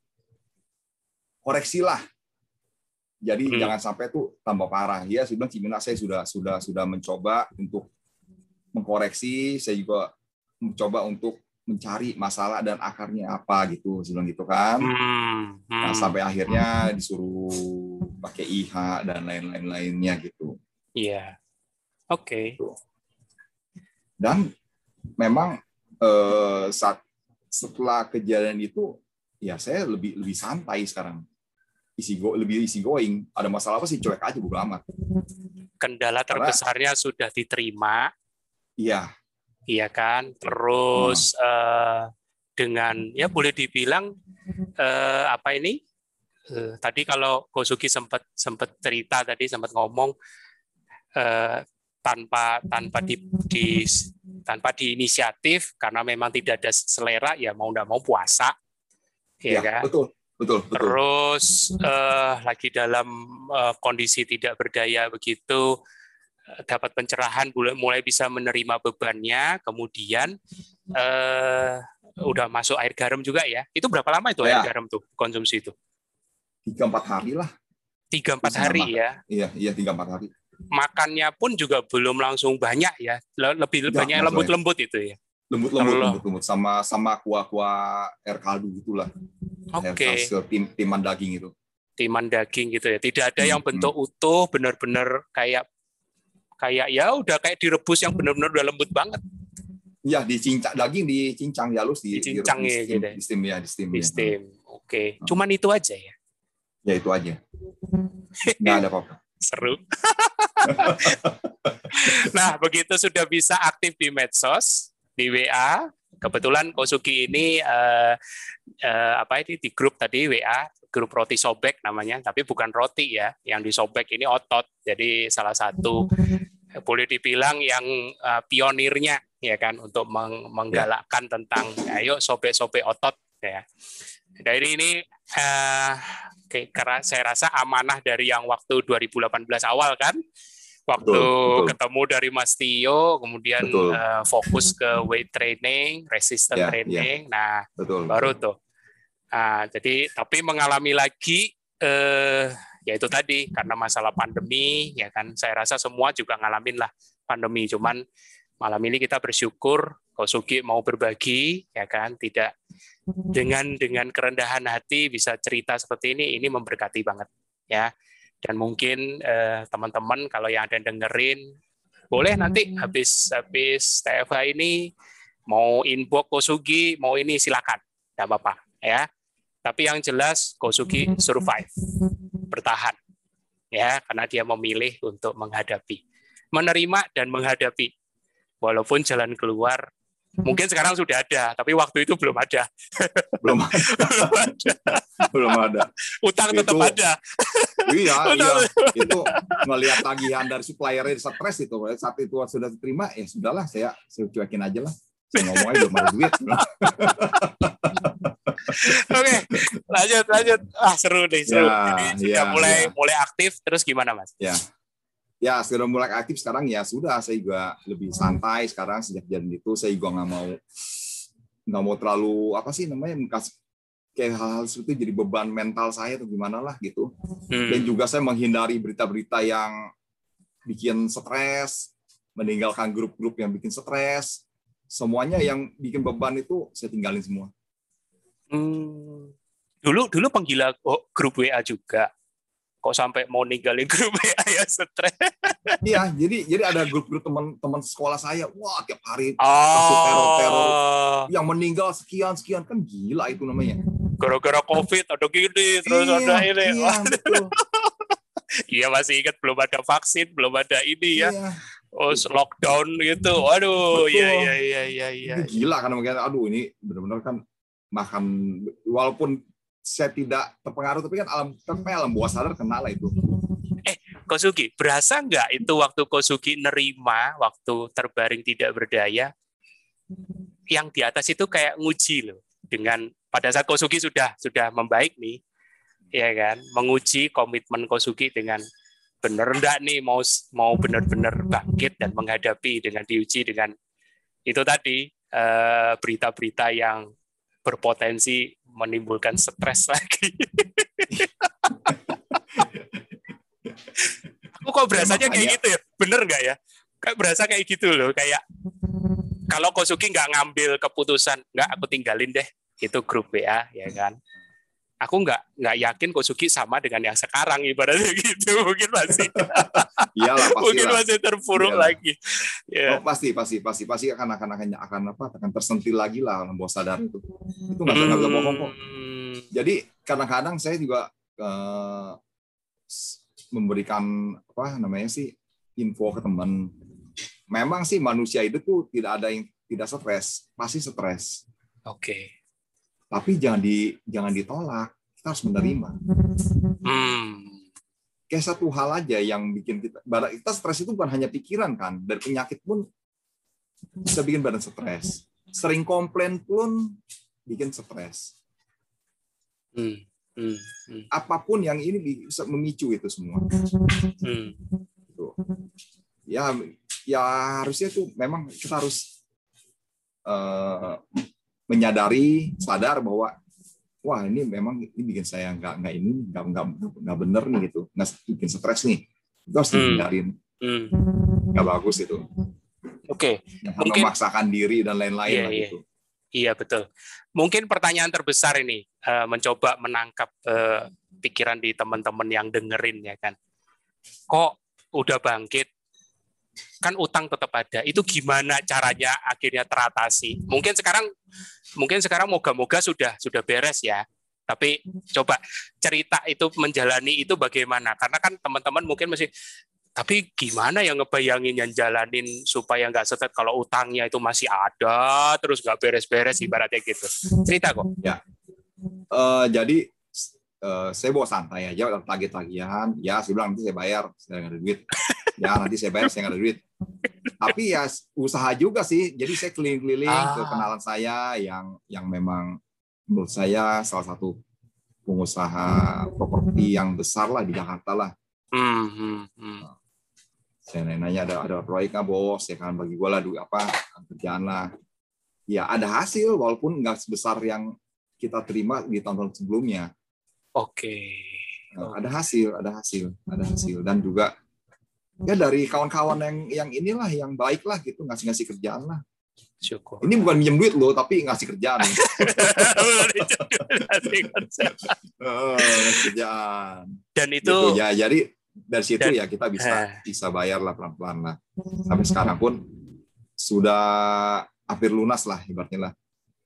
Speaker 2: koreksi lah. Jadi hmm. jangan sampai tuh tambah parah. Ya, saya bilang Cimina saya sudah sudah sudah mencoba untuk mengkoreksi, saya juga mencoba untuk mencari masalah dan akarnya apa gitu, sebelum gitu kan. Hmm, hmm. Nah, sampai akhirnya disuruh pakai I H dan lain-lain lainnya gitu.
Speaker 1: Iya. Yeah. Oke. Okay.
Speaker 2: Gitu. Dan memang eh, saat setelah kejadian itu ya saya lebih lebih santai sekarang. Isi go, lebih isi going. Ada masalah apa sih cuek aja bodo amat.
Speaker 1: Kendala terbesarnya Karena, sudah diterima.
Speaker 2: Iya.
Speaker 1: Iya kan, terus hmm. uh, dengan ya boleh dibilang uh, apa ini uh, tadi kalau Kosugi sempat sempat cerita tadi sempat ngomong uh, tanpa tanpa di, di tanpa diinisiatif karena memang tidak ada selera ya mau nggak mau puasa, ya, ya kan?
Speaker 2: Betul, betul, betul.
Speaker 1: Terus uh, lagi dalam uh, kondisi tidak berdaya begitu. Dapat pencerahan, mulai bisa menerima bebannya, kemudian eh, udah masuk air garam juga ya. Itu berapa lama itu ya. Air garam tuh konsumsi itu?
Speaker 2: Tiga empat hari lah.
Speaker 1: Tiga empat hari ya?
Speaker 2: Iya, iya tiga empat hari.
Speaker 1: Makannya pun juga belum langsung banyak ya, lebih ya, banyak lembut-lembut itu ya.
Speaker 2: Lembut-lembut, lembut-lembut sama sama kuah-kuah air kaldu gitulah.
Speaker 1: Oke.
Speaker 2: Okay. Tim, timan daging itu.
Speaker 1: Timan daging gitu ya. Tidak ada hmm, yang bentuk hmm. utuh, benar-benar kayak kayak ya udah kayak direbus yang benar-benar udah lembut banget.
Speaker 2: Iya, dicincang daging dicincang halus di
Speaker 1: dicincang
Speaker 2: di,
Speaker 1: ya,
Speaker 2: di, steam,
Speaker 1: gitu.
Speaker 2: di steam ya, di steam.
Speaker 1: Di
Speaker 2: ya.
Speaker 1: steam. Oke. Okay. Hmm. Cuman itu aja ya.
Speaker 2: Ya itu aja. Nggak ada apa-apa.
Speaker 1: Seru. Nah, begitu sudah bisa aktif di medsos, di W A, kebetulan Kosugi ini uh, uh, apa ini di grup tadi W A, grup roti sobek namanya, tapi bukan roti ya, yang disobek ini otot. Jadi salah satu boleh dibilang yang uh, pionirnya ya kan untuk meng- menggalakkan ya. Tentang ayo sobek-sobek otot ya. Dari ini uh, karena saya rasa amanah dari yang waktu dua ribu delapan belas awal kan. Waktu betul, betul. Ketemu dari Mas Tio, kemudian uh, fokus ke weight training, resistance ya, training. Ya. Nah, betul, baru betul. tuh. Nah, jadi tapi mengalami lagi eh, ya itu tadi karena masalah pandemi ya kan saya rasa semua juga ngalamin lah pandemi cuman malam ini kita bersyukur Kosugi mau berbagi ya kan tidak dengan dengan kerendahan hati bisa cerita seperti ini ini memberkati banget ya dan mungkin eh, teman-teman kalau yang ada yang dengerin boleh nanti habis habis T F H ini mau inbox Kosugi mau ini silakan nggak apa-apa ya. Tapi yang jelas Kosugi survive, bertahan, ya karena dia memilih untuk menghadapi, menerima dan menghadapi, walaupun jalan keluar mungkin sekarang sudah ada, tapi waktu itu belum ada,
Speaker 2: belum ada, belum ada, belum ada.
Speaker 1: Utang tetap itu, ada.
Speaker 2: Iya, iya. Itu melihat tagihan dari suppliernya stres itu, saat itu sudah diterima, ya sudahlah, saya saya cuekin aja lah. Saya ngomongnya belum ada duit.
Speaker 1: Oke, lanjut lanjut. Ah seru deh, seru.
Speaker 2: Ya,
Speaker 1: Jadi sudah
Speaker 2: ya,
Speaker 1: mulai
Speaker 2: ya.
Speaker 1: mulai aktif terus gimana Mas?
Speaker 2: Ya, ya sudah mulai aktif sekarang ya sudah. Saya juga lebih santai sekarang sejak jam itu. Saya juga nggak mau nggak mau terlalu apa sih namanya kayak hal-hal seperti itu jadi beban mental saya atau gimana lah gitu. Hmm. Dan juga saya menghindari berita-berita yang bikin stres, meninggalkan grup-grup yang bikin stres. Semuanya yang bikin beban itu saya tinggalin semua.
Speaker 1: Hmm. Dulu dulu penggila oh, grup W A juga. kok sampai mau ninggalin grup W A ya stres.
Speaker 2: Iya, jadi jadi ada grup-grup teman-teman sekolah saya, wah tiap hari
Speaker 1: Oh.
Speaker 2: kasih teror-teror yang meninggal sekian sekian, kan gila itu namanya.
Speaker 1: Gara-gara COVID ada gini, terus
Speaker 2: iya,
Speaker 1: ada ini.
Speaker 2: Iya, betul.
Speaker 1: Iya, masih ingat belum ada vaksin, belum ada ini ya.
Speaker 2: Iya.
Speaker 1: Oh, lockdown gitu. Waduh,
Speaker 2: Betul.
Speaker 1: iya iya iya iya iya.
Speaker 2: Itu gila kan makanya, aduh ini benar-benar kan makan, walaupun saya tidak terpengaruh, tapi kan alam kan alam bawah sadar kena lah itu.
Speaker 1: Eh, Kosugi, berasa nggak itu waktu Kosugi nerima, waktu terbaring tidak berdaya, yang di atas itu kayak nguji loh, dengan pada saat Kosugi sudah sudah membaik nih, ya kan, menguji komitmen Kosugi dengan benar enggak nih mau mau benar-benar bangkit dan menghadapi dengan diuji dengan itu tadi eh, berita-berita yang berpotensi menimbulkan stres lagi. Aku kok berasanya kayak gitu ya, bener nggak ya? Kayak berasa kayak gitu loh, kayak kalau Kosugi nggak ngambil keputusan, nggak aku tinggalin deh itu grup W A, ya kan? Aku nggak nggak yakin Kosugi sama dengan yang sekarang ibaratnya gitu, mungkin masih,
Speaker 2: iyalah, pasti
Speaker 1: mungkin
Speaker 2: lah.
Speaker 1: masih terpuruk
Speaker 2: Iyalah.
Speaker 1: lagi. Yeah.
Speaker 2: Oh, pasti pasti pasti pasti akan akan akan akan apa? Akan tersentil lagi lah alam bawah sadar itu. Itu nggak bisa hmm. bohong kok. Jadi kadang-kadang saya juga uh, memberikan apa namanya sih info ke teman. Memang sih manusia itu tuh tidak ada yang tidak stres, pasti stres.
Speaker 1: Oke. Okay.
Speaker 2: Tapi jangan di jangan ditolak, kita harus menerima.
Speaker 1: Hmm.
Speaker 2: Kayak satu hal aja yang bikin kita, badan kita stres itu bukan hanya pikiran kan, dan penyakit pun bisa bikin badan stres. Sering komplain pun bikin stres.
Speaker 1: Hmm. Hmm. Hmm.
Speaker 2: Apapun yang ini bisa memicu itu semua.
Speaker 1: Hmm.
Speaker 2: Gitu. Ya, ya harusnya tuh memang kita harus uh, menyadari, sadar bahwa wah ini memang ini bikin saya nggak nggak ini nggak nggak nggak bener nih gitu, nggak bikin stres nih, itu harus dihindarin, hmm. nggak bagus itu.
Speaker 1: Oke.
Speaker 2: Okay. Mungkin memaksakan diri dan lain-lain
Speaker 1: iya,
Speaker 2: lah
Speaker 1: iya.
Speaker 2: gitu.
Speaker 1: Iya betul. Mungkin pertanyaan terbesar ini uh, mencoba menangkap uh, pikiran di teman-teman yang dengerin ya kan. Kok udah bangkit? Kan utang tetap ada. Itu gimana caranya akhirnya teratasi? Mungkin sekarang mungkin sekarang moga-moga sudah sudah beres ya. Tapi coba cerita itu menjalani itu bagaimana? Karena kan teman-teman mungkin masih, tapi gimana yang ngebayangin yang jalanin supaya nggak stres kalau utangnya itu masih ada terus nggak beres-beres ibaratnya gitu. Cerita kok.
Speaker 2: Ya. Uh, jadi uh, saya bawa santai aja, tagih-tagihan. Ya, saya bilang nanti saya bayar, saya nggak ada duit. Ya nanti saya bayar, saya nggak ada duit. Tapi ya usaha juga sih. Jadi saya keliling-keliling ah. ke kenalan saya yang yang memang menurut saya salah satu pengusaha properti yang besar lah di Jakarta lah. Hmm, hmm, hmm. Saya nanya ada ada proyek nggak bos? Ya kan bagi gue lah duit apa kerjaan lah. Ya ada hasil walaupun nggak sebesar yang kita terima di tahun-tahun sebelumnya.
Speaker 1: Oke.
Speaker 2: Nah, ada hasil, ada hasil, ada hasil dan juga ya dari kawan-kawan yang yang inilah yang baik lah gitu, ngasih-ngasih kerjaan lah.
Speaker 1: Syukur.
Speaker 2: Ini bukan minjem duit loh, tapi ngasih kerjaan.
Speaker 1: ngasih kerjaan.
Speaker 2: Oh, ngasih kerjaan.
Speaker 1: Dan itu
Speaker 2: gitu, ya jadi dari situ dan, ya kita bisa eh. bisa bayar lah pelan-pelan lah. Sampai sekarang pun sudah hampir lunas lah ibaratnya lah.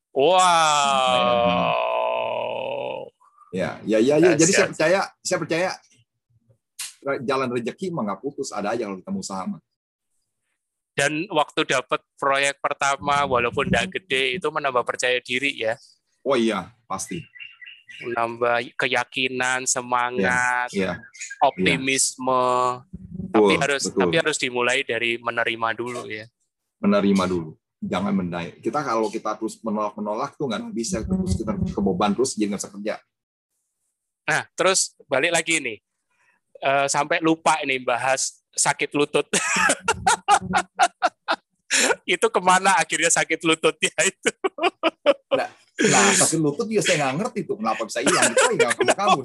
Speaker 1: Wow.
Speaker 2: Ya, ya, ya, ya. Jadi saya percaya, saya percaya jalan rezeki mah nggak putus, ada aja kalau kita mau usaha mah.
Speaker 1: Dan waktu dapat proyek pertama walaupun nggak gede itu menambah percaya diri ya.
Speaker 2: Oh iya, pasti.
Speaker 1: Menambah keyakinan, semangat,
Speaker 2: ya, ya,
Speaker 1: optimisme.
Speaker 2: Ya.
Speaker 1: Tapi
Speaker 2: betul,
Speaker 1: harus
Speaker 2: betul.
Speaker 1: tapi harus dimulai dari menerima dulu ya.
Speaker 2: Menerima dulu. Jangan mendaya. Kita kalau kita terus menolak-menolak tuh nggak bisa, terus kita kebeban terus jadi nggak bisa kerja.
Speaker 1: Nah, terus balik lagi nih. Uh, sampai lupa ini bahas sakit lutut. Itu kemana akhirnya sakit lututnya itu?
Speaker 2: Nah, nah sakit lutut ya saya nggak ngerti tuh kenapa bisa hilang. Itu nggak kamu kamu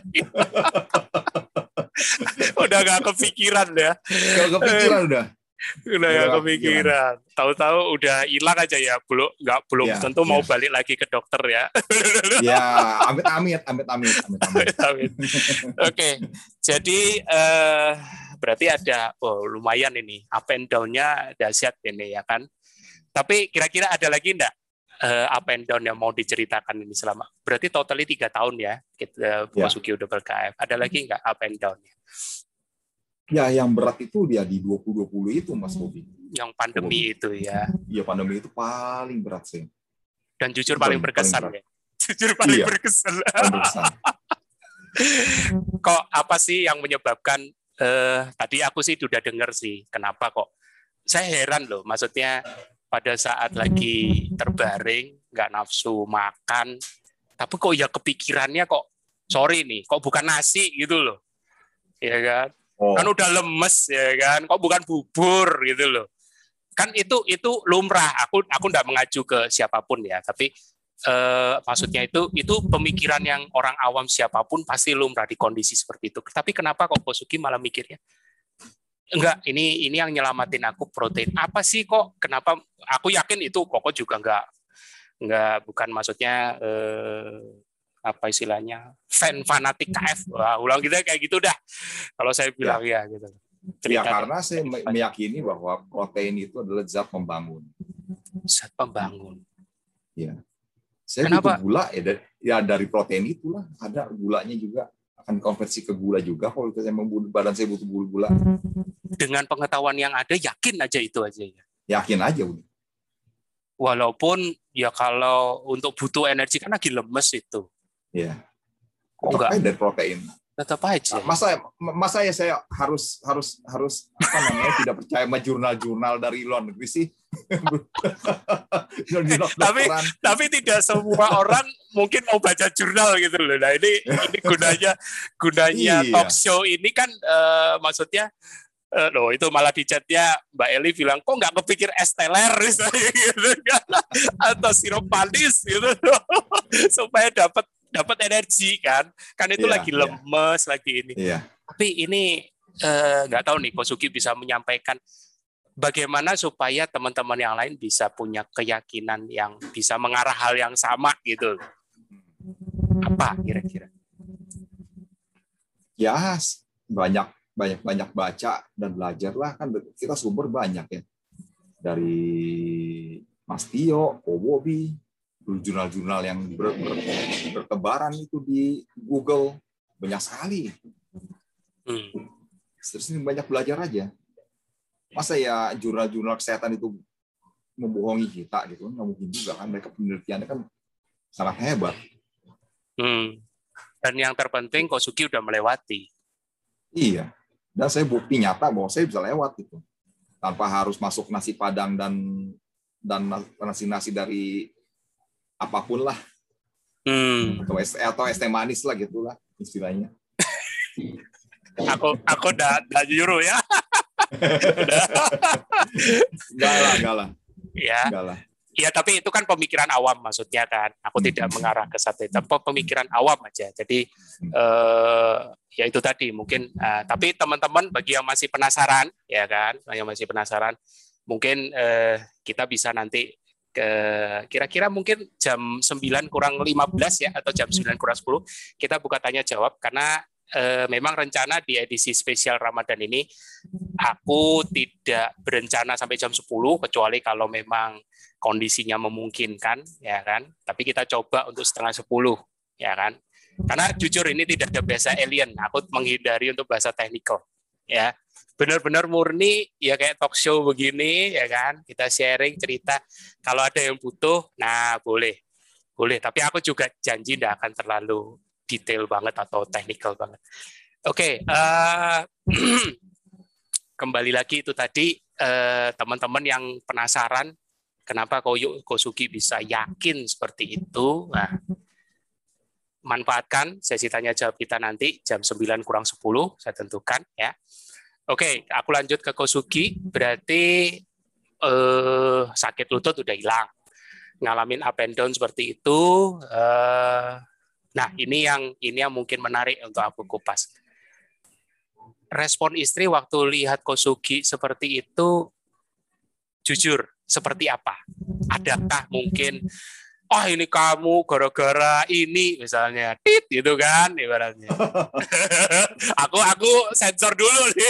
Speaker 1: udah nggak kepikiran ya.
Speaker 2: Nggak kepikiran udah.
Speaker 1: Udah nggak kepikiran. Tahu-tahu udah hilang aja ya. Belum nggak belum ya, tentu ya. Mau balik lagi ke dokter ya.
Speaker 2: Ya, amit amit amit amit amit amit.
Speaker 1: Oke, Jadi eh, berarti ada, oh lumayan ini, up and down-nya dahsyat ini ya kan. Tapi kira-kira ada lagi enggak uh, up and down yang mau diceritakan ini selama? Berarti totalnya tiga tahun ya, kita
Speaker 2: Ya.
Speaker 1: Kosugi udah ber-K F. Ada lagi enggak up and down-nya?
Speaker 2: Ya, yang berat itu dia di dua ribu dua puluh itu, Mas Bobi.
Speaker 1: Yang pandemi itu ya.
Speaker 2: Iya, pandemi itu paling berat sih.
Speaker 1: Dan jujur paling, paling berkesan paling ya. Jujur paling
Speaker 2: iya,
Speaker 1: berkesan.
Speaker 2: Paling berkesan.
Speaker 1: Kok apa sih yang menyebabkan eh, tadi aku sih udah dengar sih kenapa kok saya heran loh, maksudnya pada saat lagi terbaring nggak nafsu makan tapi kok ya kepikirannya kok sorry nih kok bukan nasi gitu loh ya kan oh. Kan udah lemes ya kan kok bukan bubur gitu loh kan itu itu lumrah aku aku nggak mengacu ke siapapun ya tapi Uh, maksudnya itu itu pemikiran yang orang awam siapapun pasti lumrah di kondisi seperti itu. Tapi kenapa kok Kosugi malah mikirnya enggak ini ini yang nyelamatin aku protein apa sih kok kenapa aku yakin itu Koko juga enggak enggak bukan maksudnya uh, apa istilahnya fan fanatik K F. Wah, ulang kita kayak gitu dah. Kalau saya bilang ya, ya gitu.
Speaker 2: Ya karena saya meyakini bahwa protein itu adalah zat pembangun.
Speaker 1: Zat pembangun.
Speaker 2: Ya. Saya Kenapa? butuh gula ya dari, ya dari protein itulah ada gulanya juga akan konversi ke gula juga kalau saya membunuh badan saya butuh gula.
Speaker 1: Dengan pengetahuan yang ada yakin aja itu aja ya.
Speaker 2: Yakin aja udah.
Speaker 1: Walaupun ya kalau untuk butuh energi kan lagi lemes itu.
Speaker 2: Iya. Kok enggak dari protein?
Speaker 1: Tetap aja.
Speaker 2: Masa masa ya saya harus harus harus apa namanya tidak percaya sama jurnal-jurnal dari luar negeri sih.
Speaker 1: tapi tapi tidak semua orang mungkin mau baca jurnal gitu loh. Nah ini ini gunanya gunanya iya. Talk show ini kan uh, maksudnya uh, loh itu malah di chatnya Mbak Eli bilang kok nggak kepikir es teler misalnya gitu kan atau sirup manis gitu loh supaya dapat dapat energi kan kan itu yeah, lagi lemes yeah. lagi ini
Speaker 2: yeah.
Speaker 1: Tapi ini nggak uh, tahu nih Kosugi bisa menyampaikan bagaimana supaya teman-teman yang lain bisa punya keyakinan yang bisa mengarah hal yang sama gitu. Apa kira-kira?
Speaker 2: Ya, banyak banyak banyak baca dan belajar lah kan kita sumber banyak ya. Dari Mas Tio, Ko Bobi, jurnal-jurnal yang ber, ber, bertebaran itu di Google banyak sekali.
Speaker 1: Hmm.
Speaker 2: Terus ini banyak belajar aja. Masa ya jurnal-jurnal kesehatan itu membohongi kita gitu? Nggak mungkin juga kan, mereka penelitiannya kan sangat hebat.
Speaker 1: Hmm. Dan yang terpenting Kosugi udah melewati.
Speaker 2: Iya. Dan saya bukti nyata bahwa saya bisa lewat gitu. Tanpa harus masuk nasi Padang dan dan nasi-nasi dari apapun lah.
Speaker 1: Hmm.
Speaker 2: Atau es, atau es teh manis lah gitulah istilahnya.
Speaker 1: aku aku udah udah juru ya.
Speaker 2: Enggak lah, enggak lah.
Speaker 1: Ya.
Speaker 2: Enggak lah.
Speaker 1: Ya, tapi itu kan pemikiran awam maksudnya kan. Aku hmm. tidak mengarah ke satu itu. Pemikiran awam aja. Jadi hmm. eh, ya itu tadi mungkin. Eh, tapi teman-teman bagi yang masih penasaran, ya kan, yang masih penasaran, mungkin eh, kita bisa nanti ke kira-kira mungkin jam sembilan kurang lima belas ya atau jam sembilan kurang sepuluh kita buka tanya jawab karena E, memang rencana di edisi spesial Ramadan ini aku tidak berencana sampai jam sepuluh kecuali kalau memang kondisinya memungkinkan ya kan tapi kita coba untuk setengah sepuluh ya kan karena jujur ini tidak ada bahasa alien aku menghindari untuk bahasa teknikal ya benar-benar murni ya kayak talk show begini ya kan kita sharing cerita kalau ada yang butuh nah boleh boleh tapi aku juga janji tidak akan terlalu detail banget atau technical banget. Oke, okay, uh, kembali lagi itu tadi uh, teman-teman yang penasaran kenapa Kosugi bisa yakin seperti itu. Nah, manfaatkan sesi tanya jawab kita nanti jam sembilan kurang sepuluh saya tentukan ya. Oke, okay, aku lanjut ke Kosugi. Berarti uh, sakit lutut udah hilang, ngalamin up and down seperti itu. Uh, Nah, ini yang ini yang mungkin menarik untuk aku kupas. Respon istri waktu lihat Kosugi seperti itu, jujur, seperti apa? Adakah mungkin ah ini kamu gara-gara ini misalnya, tit gitu kan ibaratnya. aku aku sensor dulu nih.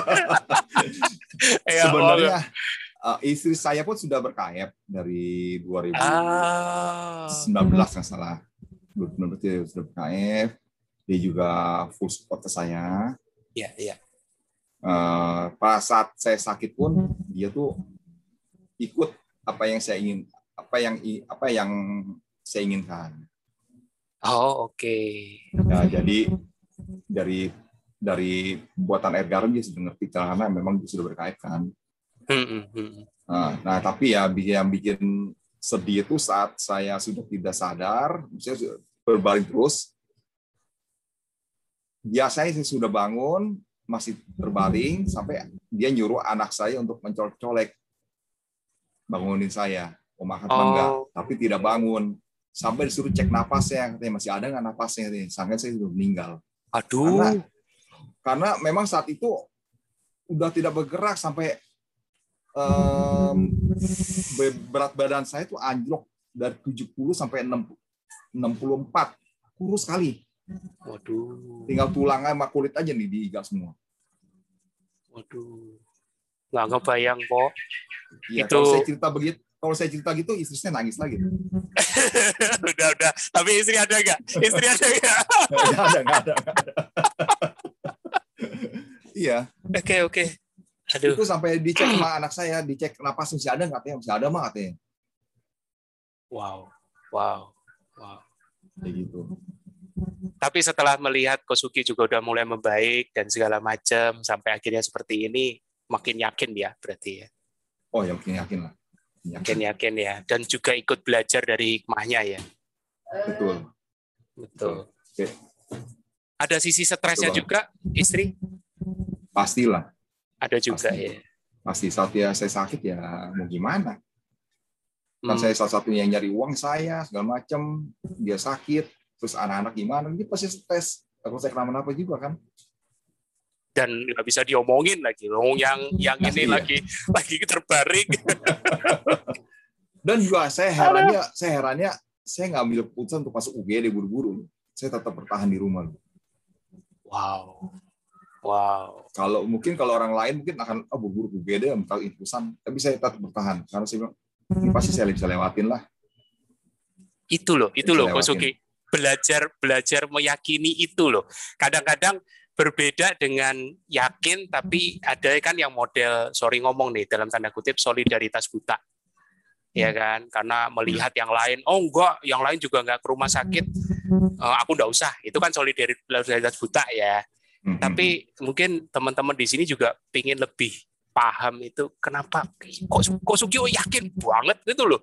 Speaker 1: Ya,
Speaker 2: sebenarnya uh, istri saya pun sudah berkayap dari dua ribu sembilan belas nggak salah. dua ribu sembilan belas dia sudah berkayap. Dia juga full support ke saya.
Speaker 1: Iya, iya.
Speaker 2: Uh, pas saat saya sakit pun dia tuh ikut apa yang saya ingin, apa yang apa yang saya inginkan.
Speaker 1: Oh, oke. Okay.
Speaker 2: Ya, jadi dari dari buatan air garam dia sudah ngerti karena memang dia sudah berkait kan.
Speaker 1: Hmm, hmm.
Speaker 2: Nah, nah, tapi ya yang bikin sedih itu saat saya sudah tidak sadar, saya berbaring terus. Biasanya saya sudah bangun, masih terbaring, sampai dia nyuruh anak saya untuk mencolek-colek, bangunin saya. Oh, makan apa enggak? Tapi tidak bangun. Sampai disuruh cek napasnya, katanya masih ada nggak napasnya? Sampai saya sudah meninggal.
Speaker 1: Aduh.
Speaker 2: Karena, karena memang saat itu udah tidak bergerak sampai um, berat badan saya itu anjlok dari tujuh puluh sampai enam puluh empat, kurus sekali.
Speaker 1: Waduh.
Speaker 2: Tinggal tulang sama kulit aja nih diikat semua.
Speaker 1: Waduh. Nggak ngebayang kok.
Speaker 2: Iya,
Speaker 1: itu...
Speaker 2: kalau saya cerita begitu, kalau saya cerita gitu, istrinya nangis lagi.
Speaker 1: udah, udah. Tapi istri ada nggak? Istri ada nggak?
Speaker 2: Nggak ada, nggak ada. Nggak ada. Iya.
Speaker 1: Oke, okay, oke. Okay. Aduh.
Speaker 2: Itu sampai dicek sama anak saya, dicek napas masih ada nggak? Katanya masih ada mah katanya.
Speaker 1: Wow, wow, wow.
Speaker 2: Kayak gitu.
Speaker 1: Tapi setelah melihat Kosugi juga udah mulai membaik dan segala macam sampai akhirnya seperti ini, makin yakin ya berarti ya.
Speaker 2: Oh ya, makin yakin lah.
Speaker 1: Yakin yakin ya, dan juga ikut belajar dari hikmahnya ya.
Speaker 2: Betul.
Speaker 1: Betul.
Speaker 2: Oke.
Speaker 1: Ada sisi stresnya juga, istri?
Speaker 2: Pastilah.
Speaker 1: Ada juga
Speaker 2: Pasti.
Speaker 1: ya.
Speaker 2: Pasti saat ya saya sakit ya mau gimana? Kan hmm. saya salah satunya yang nyari uang saya segala macam, dia sakit, terus anak-anak gimana? Dia pasti stres. Kalau saya kenapa-napa juga kan.
Speaker 1: Dan nggak bisa diomongin lagi, loh yang yang nah, ini iya. lagi lagi terbaring.
Speaker 2: Dan juga saya herannya, saya herannya, saya nggak ambil keputusan untuk masuk U G D buru-buru. Saya tetap bertahan di rumah.
Speaker 1: Wow, wow.
Speaker 2: Kalau mungkin kalau orang lain mungkin akan oh buru-buru U G D, minta infusan. Tapi saya tetap bertahan karena saya bilang ini pasti saya bisa lewatin lah.
Speaker 1: Itu loh, itu loh, Kosugi. Belajar belajar meyakini itu loh. Kadang-kadang berbeda dengan yakin, tapi ada kan yang model, sorry ngomong nih, dalam tanda kutip, solidaritas buta. Ya kan? Karena melihat yang lain, oh enggak, yang lain juga enggak ke rumah sakit, uh, aku enggak usah. Itu kan solidaritas buta ya. Mm-hmm. Tapi mungkin teman-teman di sini juga pingin lebih paham itu, kenapa kok Kosugi yakin banget gitu loh.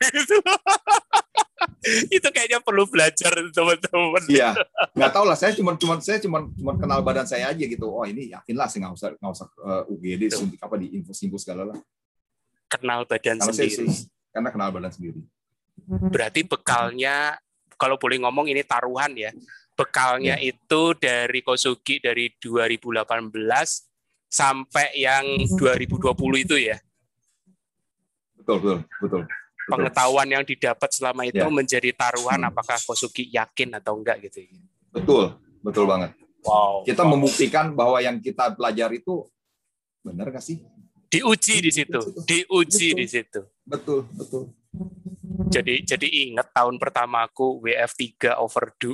Speaker 1: Itu kayaknya perlu belajar teman-teman.
Speaker 2: Iya, nggak tahu lah. Saya cuma cuma saya cuma cuma kenal badan saya aja gitu. Oh ini yakin lah, saya nggak usah nggak usah uh, U G D suntik apa di infus-infus segala lah.
Speaker 1: Kenal badan
Speaker 2: karena
Speaker 1: sendiri.
Speaker 2: Saya, karena kenal badan sendiri.
Speaker 1: Berarti bekalnya, kalau boleh ngomong ini taruhan ya. Bekalnya ya. Itu dari Kosugi dari dua ribu delapan belas sampai yang dua ribu dua puluh itu ya.
Speaker 2: Betul betul betul.
Speaker 1: Pengetahuan yang didapat selama itu ya. Menjadi taruhan hmm. apakah Kosugi yakin atau enggak gitu.
Speaker 2: Betul, betul banget.
Speaker 1: Wow.
Speaker 2: Kita
Speaker 1: wow.
Speaker 2: membuktikan bahwa yang kita pelajari itu benar nggak sih?
Speaker 1: Diuji di situ, diuji betul. Di situ.
Speaker 2: Betul, betul.
Speaker 1: Jadi jadi ingat tahun pertamaku W F tiga overdue.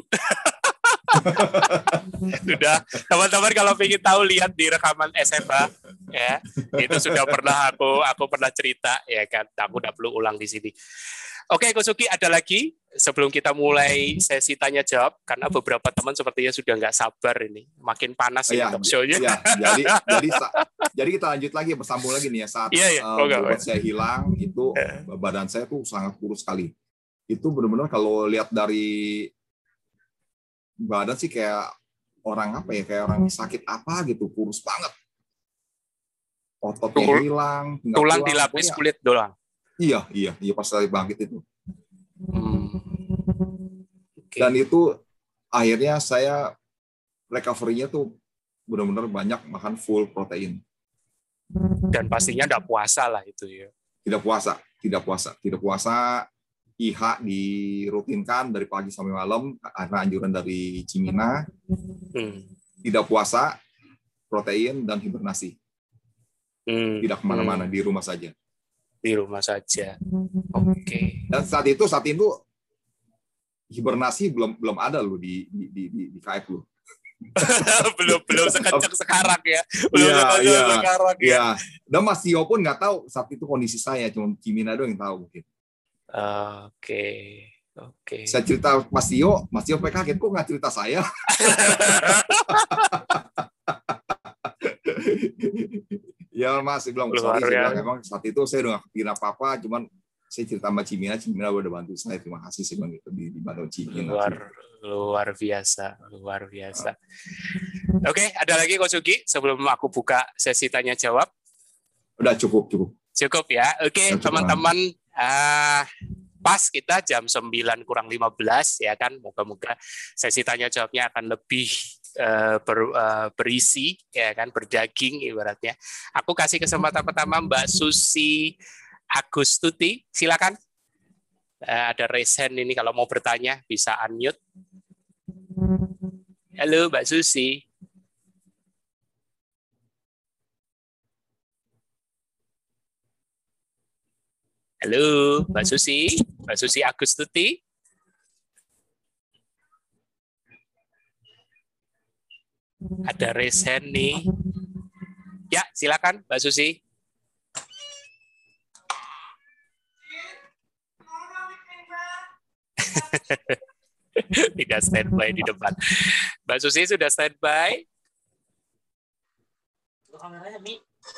Speaker 1: Sudah, teman-teman kalau ingin tahu lihat di rekaman S M A ya, itu sudah pernah aku aku pernah cerita ya kan, aku udah perlu ulang di sini. Oke, Kosugi, ada lagi sebelum kita mulai sesi tanya jawab karena beberapa teman sepertinya sudah nggak sabar ini, makin panas ini
Speaker 2: ya,
Speaker 1: talk show-nya.
Speaker 2: Ya, jadi jadi jadi kita lanjut lagi, bersambung lagi nih ya saat ya, ya. Uh, okay, okay. saya hilang itu badan saya tuh sangat kurus sekali. Itu benar-benar kalau lihat dari badan sih kayak orang apa ya, kayak orang sakit apa gitu, kurus banget. Ototnya
Speaker 1: Tul,
Speaker 2: hilang,
Speaker 1: tulang dilapis pokoknya. Kulit doang.
Speaker 2: Iya, iya, iya pas lagi bangkit itu.
Speaker 1: Hmm. Okay.
Speaker 2: Dan itu akhirnya saya recovery-nya tuh benar-benar banyak makan full protein.
Speaker 1: Dan pastinya enggak puasa lah itu ya.
Speaker 2: Tidak puasa, tidak puasa, tidak puasa. I H dirutinkan dari pagi sampai malam karena anjuran dari Cimina. Hmm. Tidak puasa, protein, dan hibernasi. Hmm. Tidak kemana-mana, hmm. di rumah saja.
Speaker 1: Di rumah saja. Oke. Okay.
Speaker 2: Dan saat itu, saat itu hibernasi belum belum ada lu di di di, di K F lu.
Speaker 1: belum belum sekencang sekarang ya. Belum
Speaker 2: ya,
Speaker 1: sekencang
Speaker 2: ya,
Speaker 1: sekarang ya.
Speaker 2: ya. Dan Mas Tio pun nggak tahu saat itu kondisi saya, cuma Cimina doang yang tahu mungkin.
Speaker 1: Oke, oke.
Speaker 2: Saya cerita Mas Tio, Mas Tio kaget kok nggak cerita saya. Ya Mas, saya bilang sorry, saya bilang emang saat itu saya udah nggak kepikiran apa-apa, cuman saya cerita sama Cimina, Cimina udah bantu saya, terima kasih sih bang itu di bantu Cimina.
Speaker 1: Luar luar biasa, luar biasa. Oke, ada lagi Coach Ugi sebelum aku buka sesi tanya jawab.
Speaker 2: Udah cukup cukup.
Speaker 1: Cukup ya. Oke, teman-teman. Uh, pas kita jam sembilan kurang lima belas ya kan, moga-moga sesi tanya jawabnya akan lebih uh, ber, uh, berisi ya kan, berdaging ibaratnya. Aku kasih kesempatan pertama Mbak Susi Agustuti, silakan. Uh, ada raise hand ini kalau mau bertanya bisa unmute. Halo Mbak Susi. Halo, Mbak Susi, Mbak Susi Agustuti. Ada raise hand nih. Ya, silakan Mbak Susi. Tidak standby di depan. Mbak Susi sudah standby.
Speaker 3: Kameranya, Mi.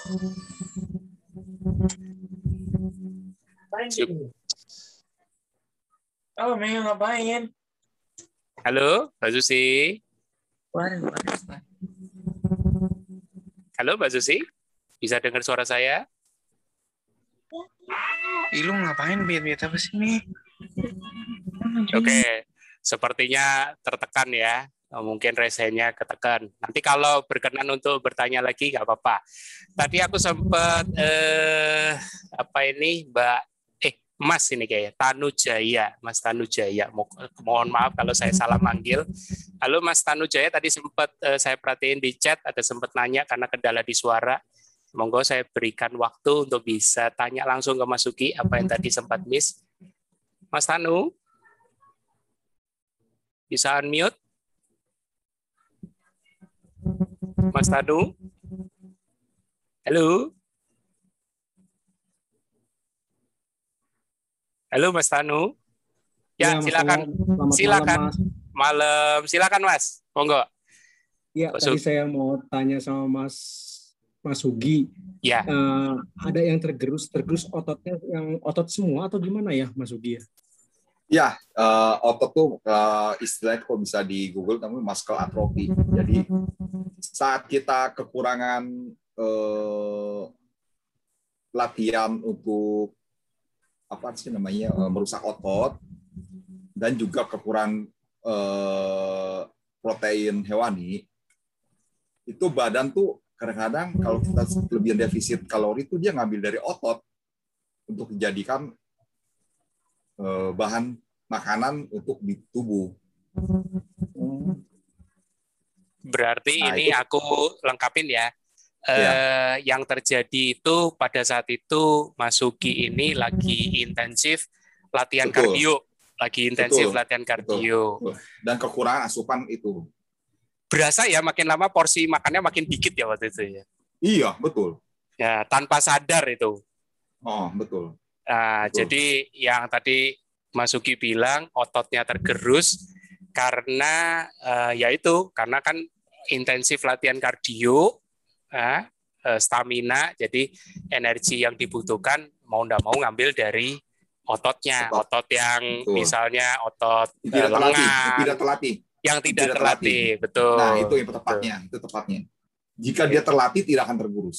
Speaker 3: Oh, Mei ngapain?
Speaker 1: Halo, Mbak Susi. Halo, Mbak Susi. Bisa dengar suara saya?
Speaker 3: Ih, lu ngapain biar-biar apa sih, Mi?
Speaker 1: Oke, sepertinya tertekan ya. Mungkin resenya ketekan. Nanti kalau berkenan untuk bertanya lagi nggak apa-apa. Tadi aku sempat eh, apa ini Mbak eh Mas ini kayaknya Tanujaya, Mas Tanujaya. Mo mohon maaf kalau saya salah manggil. Halo Mas Tanujaya, tadi sempat eh, saya perhatiin di chat ada sempat nanya karena kendala di suara. Monggo saya berikan waktu untuk bisa tanya langsung ke Mas Sugi apa yang tadi sempat miss. Mas Tanu, bisa unmute? Mas Tanu? Halo? Halo Mas Tanu? Ya, ya silakan. Malam. Silakan. Malam, malam. Silakan Mas. Monggo.
Speaker 4: Ya, Kok tadi saya mau tanya sama Mas Mas Sugi.
Speaker 1: Ya.
Speaker 4: Uh, ada yang tergerus, tergerus ototnya yang otot semua atau gimana ya Mas Sugi ya?
Speaker 2: Ya, uh, otot tuh uh, istilahnya kok bisa di Google namanya muscle atrophy. Jadi saat kita kekurangan uh, latihan untuk apa sih namanya uh, merusak otot dan juga kekurangan uh, protein hewani, itu badan tuh kadang-kadang kalau kita kelebihan defisit kalori itu dia ngambil dari otot untuk dijadikan bahan makanan untuk di tubuh.
Speaker 1: Berarti nah, ini itu. Aku lengkapin ya. ya. Eh, yang terjadi itu pada saat itu Mas Sugi ini lagi intensif latihan Betul. kardio, lagi intensif Betul. latihan kardio.
Speaker 2: Betul. Dan kekurangan asupan itu.
Speaker 1: Berasa ya makin lama porsi makannya makin dikit ya waktu itu ya.
Speaker 2: Iya, betul.
Speaker 1: Ya, tanpa sadar itu.
Speaker 2: Oh, betul.
Speaker 1: Nah, Betul. Jadi yang tadi Mas Sugi bilang ototnya tergerus karena uh, yaitu karena kan intensif latihan kardio, uh, stamina, jadi energi yang dibutuhkan mau nggak mau ngambil dari ototnya, Cepat. otot yang Betul. misalnya otot
Speaker 2: tidak
Speaker 1: lengan,
Speaker 2: terlatih, tidak terlatih,
Speaker 1: yang tidak, tidak terlatih. terlatih, betul.
Speaker 2: Nah itu yang tepatnya, betul. itu tepatnya. Jika dia terlatih tidak akan tergerus.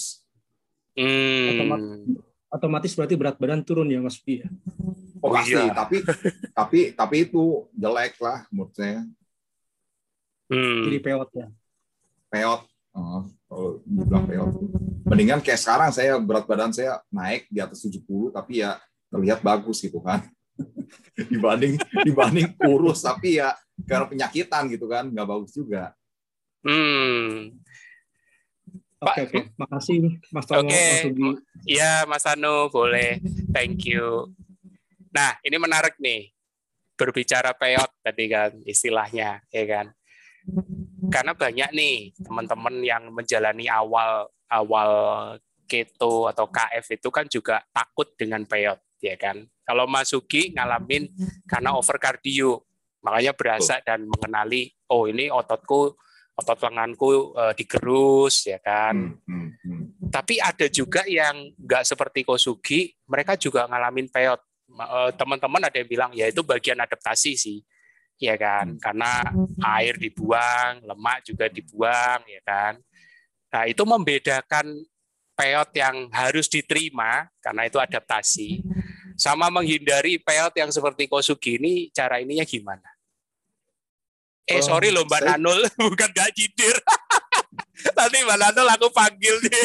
Speaker 1: Hmm.
Speaker 4: Otomatis berarti berat badan turun ya Mas Sugi ya?
Speaker 2: Oh, pasti, iya. tapi tapi tapi itu jelek lah menurut saya.
Speaker 4: Hmm. Jadi peot ya.
Speaker 2: Peot. Oh, kalau dibilang peot. Mendingan kayak sekarang saya berat badan saya naik di atas tujuh puluh tapi ya terlihat bagus gitu kan. dibanding dibanding kurus tapi ya karena penyakitan gitu kan, nggak bagus juga.
Speaker 1: Hmm.
Speaker 4: Oke, oke. Makasih Mas Tomo,
Speaker 1: Oke.
Speaker 4: Mas Sugi.
Speaker 1: Iya, Mas Anu, boleh. Thank you. Nah, ini menarik nih. Berbicara peyot tadi kan istilahnya, ya kan? Karena banyak nih teman-teman yang menjalani awal awal keto atau K F itu kan juga takut dengan peyot, ya kan? Kalau Mas Sugi ngalamin karena over cardio, makanya berasa dan mengenali, oh ini ototku, otot lenganku uh, digerus, ya kan?
Speaker 2: Hmm, hmm, hmm.
Speaker 1: Tapi ada juga yang nggak seperti Kosugi, mereka juga ngalamin peyot. Uh, teman-teman ada yang bilang, ya itu bagian adaptasi sih, ya kan? Hmm. Karena air dibuang, lemak juga dibuang, ya kan? Nah itu membedakan peyot yang harus diterima karena itu adaptasi, sama menghindari peyot yang seperti Kosugi ini, cara ininya gimana? Eh sorry loh Mbak saya... Nanul, bukan gak jidir. Nanti Mbak Nanul aku panggil nih.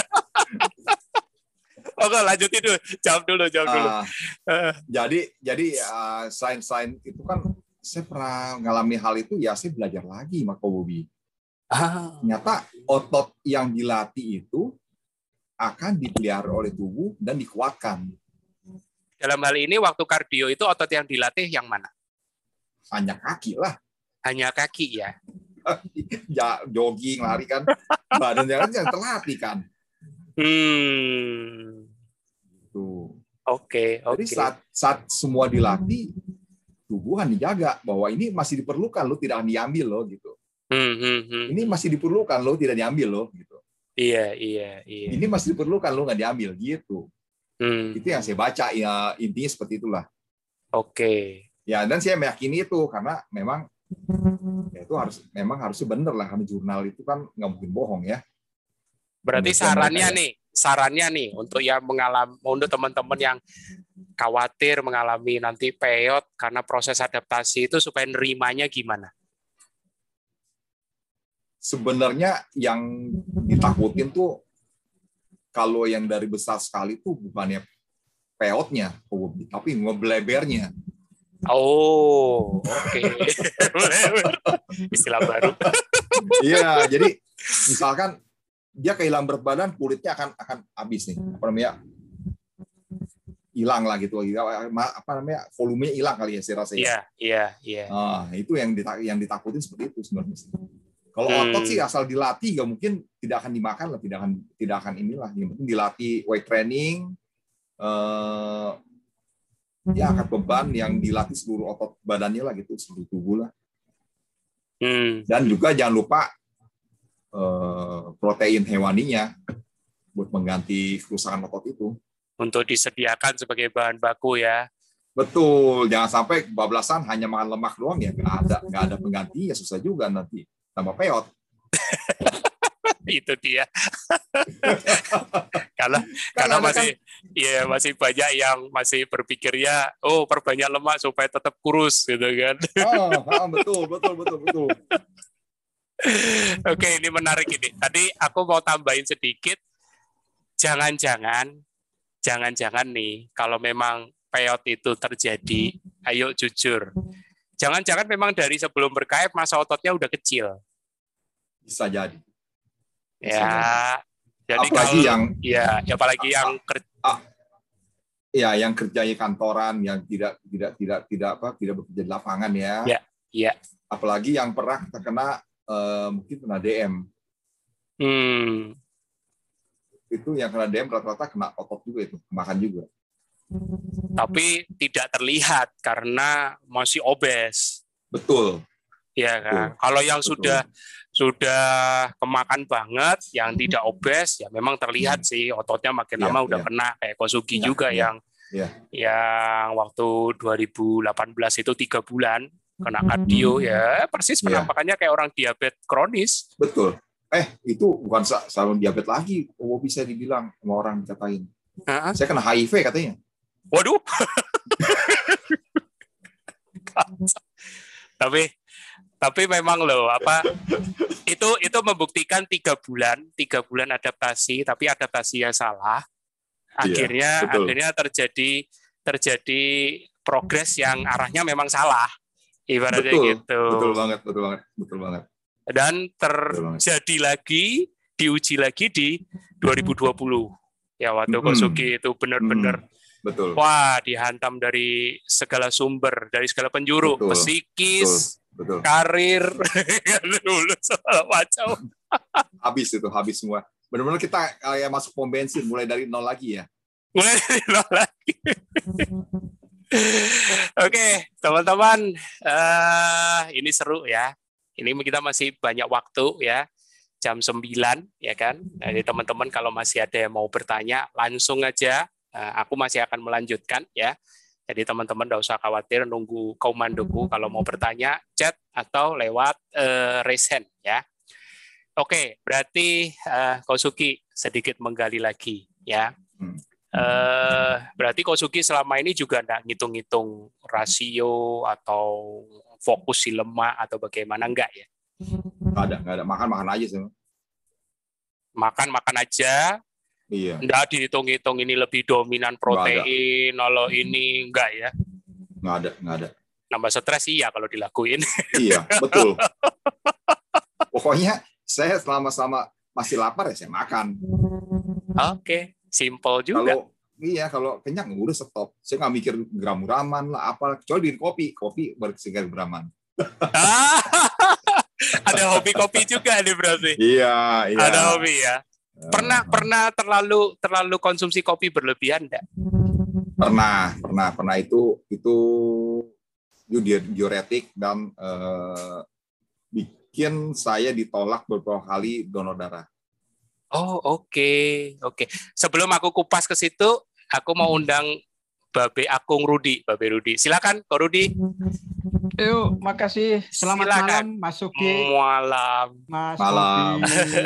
Speaker 1: Oke lanjutin dulu, jawab dulu, jawab dulu. Uh,
Speaker 2: jadi jadi uh, selain-selain itu kan saya pernah mengalami hal itu, ya saya belajar lagi sama Ko Bobi. Ah. Ternyata otot yang dilatih itu akan dipelihara oleh tubuh dan dikuatkan.
Speaker 1: Dalam hal ini waktu kardio itu otot yang dilatih yang mana?
Speaker 2: Hanya kaki lah.
Speaker 1: Hanya kaki ya?
Speaker 2: Ya jogging, lari kan. Badan yang yang terlatih kan.
Speaker 1: Hmm.
Speaker 2: Tuh.
Speaker 1: Oke, oke.
Speaker 2: Jadi saat, saat semua dilatih, tubuh kan dijaga bahwa ini masih diperlukan, lo tidak akan diambil lo gitu.
Speaker 1: Hmm, hmm, hmm.
Speaker 2: Ini masih diperlukan, lo tidak diambil lo gitu.
Speaker 1: Iya, iya, iya.
Speaker 2: Ini masih diperlukan, lo nggak diambil gitu. Hmm. Itu yang saya baca, ya intinya seperti itulah.
Speaker 1: Oke.
Speaker 2: Ya dan saya meyakini itu karena memang ya itu harus memang harusnya benar lah, karena jurnal itu kan nggak mungkin bohong ya.
Speaker 1: Berarti sarannya nih, sarannya nih untuk yang mengalami, untuk teman-teman yang khawatir mengalami nanti peyot karena proses adaptasi itu supaya nerimanya gimana?
Speaker 2: Sebenarnya yang ditakutin tuh kalau yang dari besar sekali tuh bukannya peyotnya, tapi ngeblebernya.
Speaker 1: Oh, oke. Okay. Istilah baru.
Speaker 2: Iya, jadi misalkan dia kehilangan berat badan, kulitnya akan akan habis nih, apa namanya, hilang lah gitu, apa namanya, volumenya hilang kali ya saya rasa.
Speaker 1: Iya, iya, iya.
Speaker 2: Nah, itu yang yang ditakutin seperti itu sebenarnya. Kalau hmm. otot sih asal dilatih, nggak mungkin tidak akan dimakan lah, tidak akan tidak akan inilah. Yang penting dilatih weight training, eh, ya angkat beban yang dilatih seluruh otot badannya lah gitu, seluruh tubuh lah.
Speaker 1: Hmm.
Speaker 2: Dan juga jangan lupa eh, protein hewaninya buat mengganti kerusakan otot itu.
Speaker 1: Untuk disediakan sebagai bahan baku ya.
Speaker 2: Betul, jangan sampai kebablasan hanya makan lemak doang ya, nggak ada nggak ada pengganti ya, susah juga nanti. Tambah peyot.
Speaker 1: Itu dia. karena karena masih kan, ya masih banyak yang masih berpikirnya, oh perbanyak lemak supaya tetap kurus gitu kan.
Speaker 2: Oh, oh betul betul betul betul.
Speaker 1: Oke, ini menarik ini. Tadi aku mau tambahin sedikit. Jangan-jangan jangan-jangan nih kalau memang peyot itu terjadi, ayo jujur. Jangan-jangan memang dari sebelum ber-K F masa ototnya udah kecil.
Speaker 2: Bisa jadi.
Speaker 1: Bisa ya, jadi, jadi
Speaker 2: apalagi
Speaker 1: kalau,
Speaker 2: yang
Speaker 1: ya, apalagi yang kerja,
Speaker 2: ah, ya, yang kerjanya kantoran, yang tidak tidak tidak tidak apa, tidak bekerja di lapangan ya.
Speaker 1: Ya, ya.
Speaker 2: Apalagi yang pernah terkena eh, mungkin kena D M.
Speaker 1: Hmm.
Speaker 2: Itu yang kena D M rata-rata kena otot juga itu, makan juga.
Speaker 1: Tapi tidak terlihat karena masih obes.
Speaker 2: Betul.
Speaker 1: Ya kan. Betul. Kalau yang Betul. sudah sudah kemakan banget, yang tidak obes, ya memang terlihat hmm. sih ototnya makin ya, lama udah ya. kena kayak Kosugi ya, juga ya. yang ya. yang waktu dua ribu delapan belas itu tiga bulan kena kardio hmm. ya persis penampakannya ya. kayak orang diabetes kronis.
Speaker 2: Betul. Eh itu bukan salon diabetes lagi, oh bisa dibilang sama orang dikatain. Uh-huh. Saya kena H I V katanya.
Speaker 1: Waduh. tapi tapi memang loh apa itu itu membuktikan tiga bulan tiga bulan adaptasi, tapi adaptasinya salah. Akhirnya iya, akhirnya terjadi terjadi progres yang arahnya memang salah. Ibaratnya
Speaker 2: Betul,
Speaker 1: gitu.
Speaker 2: betul banget, betul banget, betul banget.
Speaker 1: Dan terjadi lagi, diuji lagi di dua ribu dua puluh. Ya, waktu
Speaker 2: Mm-mm.
Speaker 1: Kosugi itu benar-benar
Speaker 2: Mm-mm. Betul.
Speaker 1: wah, dihantam dari segala sumber, dari segala penjuru,
Speaker 2: Betul,
Speaker 1: psikis,
Speaker 2: betul, betul.
Speaker 1: karir, lulus segala macam.
Speaker 2: Habis itu, habis semua. Benar-benar kita kayak masuk pom bensin, mulai dari nol lagi ya.
Speaker 1: Mulai dari nol lagi. Oke, teman-teman, uh, ini seru ya. Ini kita masih banyak waktu ya, jam sembilan ya kan. Jadi teman-teman kalau masih ada yang mau bertanya, langsung aja. Uh, aku masih akan melanjutkan ya. Jadi teman-teman tidak usah khawatir nunggu komandoku. Kalau mau bertanya, chat atau lewat uh, raise hand ya. Oke, berarti uh, Kosugi sedikit menggali lagi ya.
Speaker 2: Hmm.
Speaker 1: Uh, berarti Kosugi selama ini juga enggak ngitung-ngitung rasio atau fokus si lemak atau bagaimana, enggak ya?
Speaker 2: Enggak ada, enggak ada. Makan-makan aja sih.
Speaker 1: Makan-makan aja.
Speaker 2: Iya.
Speaker 1: Enggak dihitung-hitung ini lebih dominan protein, kalau ini enggak ya?
Speaker 2: Enggak ada, enggak ada.
Speaker 1: Nambah stres iya kalau dilakuin.
Speaker 2: Iya, betul. Pokoknya saya selama-selama masih lapar ya saya makan.
Speaker 1: Oke. Simple juga.
Speaker 2: Kalau iya, kalau kenyang udah stop. Saya nggak mikir gram-graman lah apa. Kecuali di kopi, kopi bersegar graman.
Speaker 1: Ada hobi kopi juga nih berarti.
Speaker 2: Iya, iya.
Speaker 1: Ada hobi ya. Pernah pernah terlalu terlalu konsumsi kopi berlebihan enggak?
Speaker 2: Pernah, pernah, pernah itu itu diuretik dan eh, bikin saya ditolak beberapa kali donor darah.
Speaker 1: Oh, oke, okay. oke. Okay. Sebelum aku kupas ke situ, aku mau undang Babe Akung Rudi, Babe Rudi. Silakan, Ko Rudi.
Speaker 5: Yuk, makasih. Selamat
Speaker 1: Silakan.
Speaker 5: malam, Mas Sugi.
Speaker 1: Malam.
Speaker 5: Mas
Speaker 2: malam.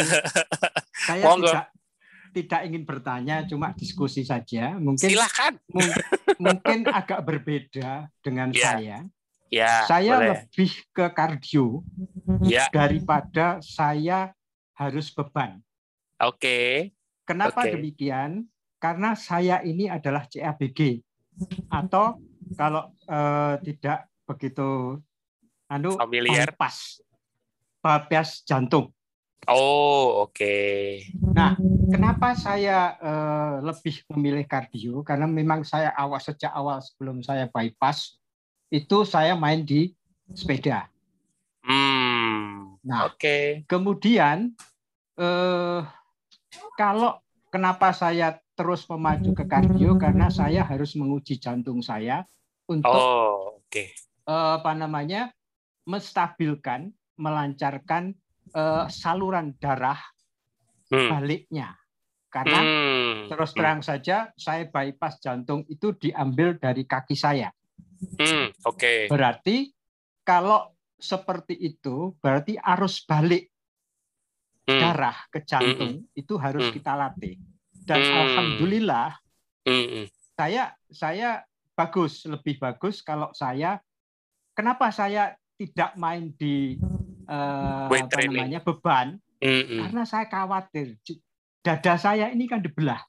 Speaker 5: Saya
Speaker 1: Monggo.
Speaker 5: tidak tidak ingin bertanya, cuma diskusi saja. Mungkin
Speaker 1: Silakan.
Speaker 5: Mungkin agak berbeda dengan
Speaker 1: ya.
Speaker 5: saya.
Speaker 1: Ya,
Speaker 5: saya
Speaker 1: boleh.
Speaker 5: lebih ke kardio
Speaker 1: ya.
Speaker 5: daripada saya harus beban.
Speaker 1: Oke. Okay.
Speaker 5: Kenapa
Speaker 1: okay.
Speaker 5: demikian? Karena saya ini adalah C A B G atau kalau eh, tidak begitu anu
Speaker 1: familiar,
Speaker 5: bypass, bypass jantung.
Speaker 1: Oh, oke. Okay.
Speaker 5: Nah, kenapa saya eh, lebih memilih kardio? Karena memang saya awal sejak awal sebelum saya bypass itu saya main di sepeda.
Speaker 1: Hmm.
Speaker 5: Nah,
Speaker 1: oke. Okay.
Speaker 5: Kemudian eh, kalau kenapa saya terus memacu ke kardio karena saya harus menguji jantung saya untuk
Speaker 1: oh, okay.
Speaker 5: eh, apa namanya menstabilkan, melancarkan eh, saluran darah hmm. baliknya. Karena hmm. terus terang hmm. saja saya bypass jantung itu diambil dari kaki saya.
Speaker 1: Hmm. Oke. Okay.
Speaker 5: Berarti kalau seperti itu berarti arus balik Hmm. darah ke jantung hmm. itu harus hmm. kita latih dan hmm. alhamdulillah hmm. saya saya bagus lebih bagus kalau saya kenapa saya tidak main di uh, apa training. namanya beban hmm. karena saya khawatir dada saya ini kan dibelah.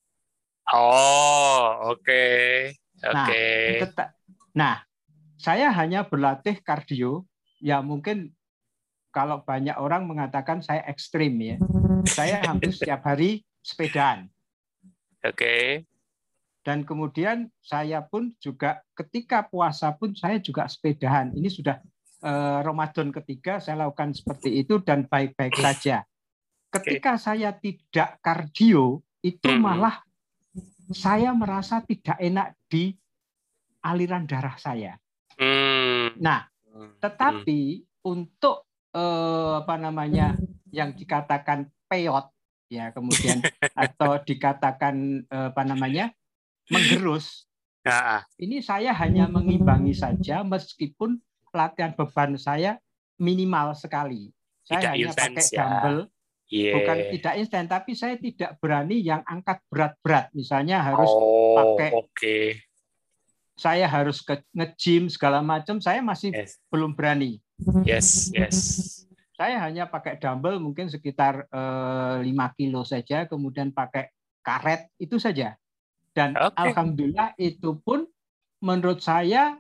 Speaker 1: Oh oke okay. oke. Okay.
Speaker 5: Nah, nah saya hanya berlatih kardio ya mungkin. Kalau banyak orang mengatakan saya ekstrim ya, saya hampir setiap hari sepedaan.
Speaker 1: Oke. Okay.
Speaker 5: Dan kemudian saya pun juga ketika puasa pun saya juga sepedaan. Ini sudah eh, Ramadan ketiga saya lakukan seperti itu dan baik-baik saja. Ketika okay. saya tidak kardio itu mm-hmm. malah saya merasa tidak enak di aliran darah saya. Mm-hmm. Nah, tetapi mm-hmm. untuk Eh, apa namanya yang dikatakan peyot ya kemudian atau dikatakan eh, apa namanya menggerus
Speaker 1: ya.
Speaker 5: Ini saya hanya mengimbangi saja meskipun latihan beban saya minimal sekali saya tidak hanya pakai ya. Dumbbell yeah. bukan tidak instan tapi saya tidak berani yang angkat berat-berat misalnya harus
Speaker 1: oh,
Speaker 5: pakai
Speaker 1: okay.
Speaker 5: saya harus ke nge-gym segala macam saya masih yes. belum berani.
Speaker 1: Yes, yes.
Speaker 5: Saya hanya pakai dumbbell mungkin sekitar eh, lima kilo saja, kemudian pakai karet itu saja. Dan okay. alhamdulillah itu pun menurut saya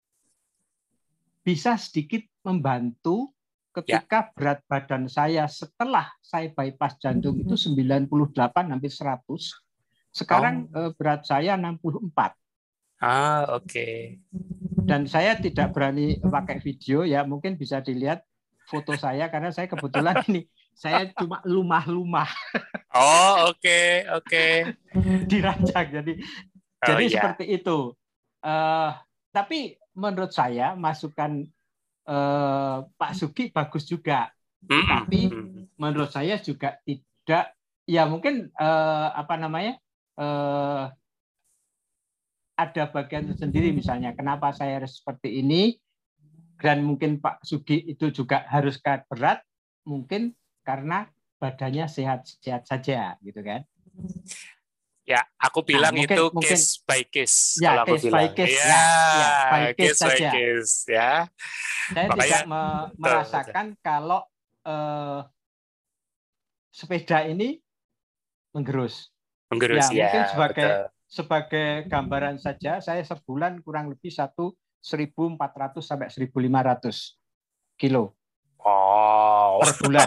Speaker 5: bisa sedikit membantu ketika ya. berat badan saya setelah saya bypass jantung itu sembilan puluh delapan hampir seratus. Sekarang oh. berat saya enam puluh empat.
Speaker 1: Ah, oke. Okay.
Speaker 5: Dan saya tidak berani pakai video ya, mungkin bisa dilihat foto saya karena saya kebetulan ini saya cuma lumah-lumah.
Speaker 1: Oh, oke, okay, oke. Okay.
Speaker 5: Dirancang jadi oh, jadi yeah. seperti itu. Uh, tapi menurut saya masukan uh, Pak Sugi bagus juga. Mm-hmm. Tapi menurut saya juga tidak ya mungkin uh, apa namanya? Uh, ada bagian tersendiri misalnya kenapa saya harus seperti ini dan mungkin Pak Sugi itu juga harus cut berat mungkin karena badannya sehat-sehat saja gitu kan.
Speaker 1: Ya, aku bilang nah, mungkin, itu mungkin, case by case ya, kalau aku
Speaker 5: case
Speaker 1: bilang.
Speaker 5: By case,
Speaker 1: ya,
Speaker 5: ya, by case,
Speaker 1: case
Speaker 5: saja.
Speaker 1: by case ya.
Speaker 5: Saya Makanya, tidak me- merasakan betul. kalau eh, sepeda ini menggerus.
Speaker 1: Menggerus ya.
Speaker 5: ya mungkin sebagai
Speaker 1: betul.
Speaker 5: sebagai gambaran saja, saya sebulan kurang lebih satu seribu empat ratus sampai seribu lima ratus kilo.
Speaker 1: Wow.
Speaker 5: Per bulan.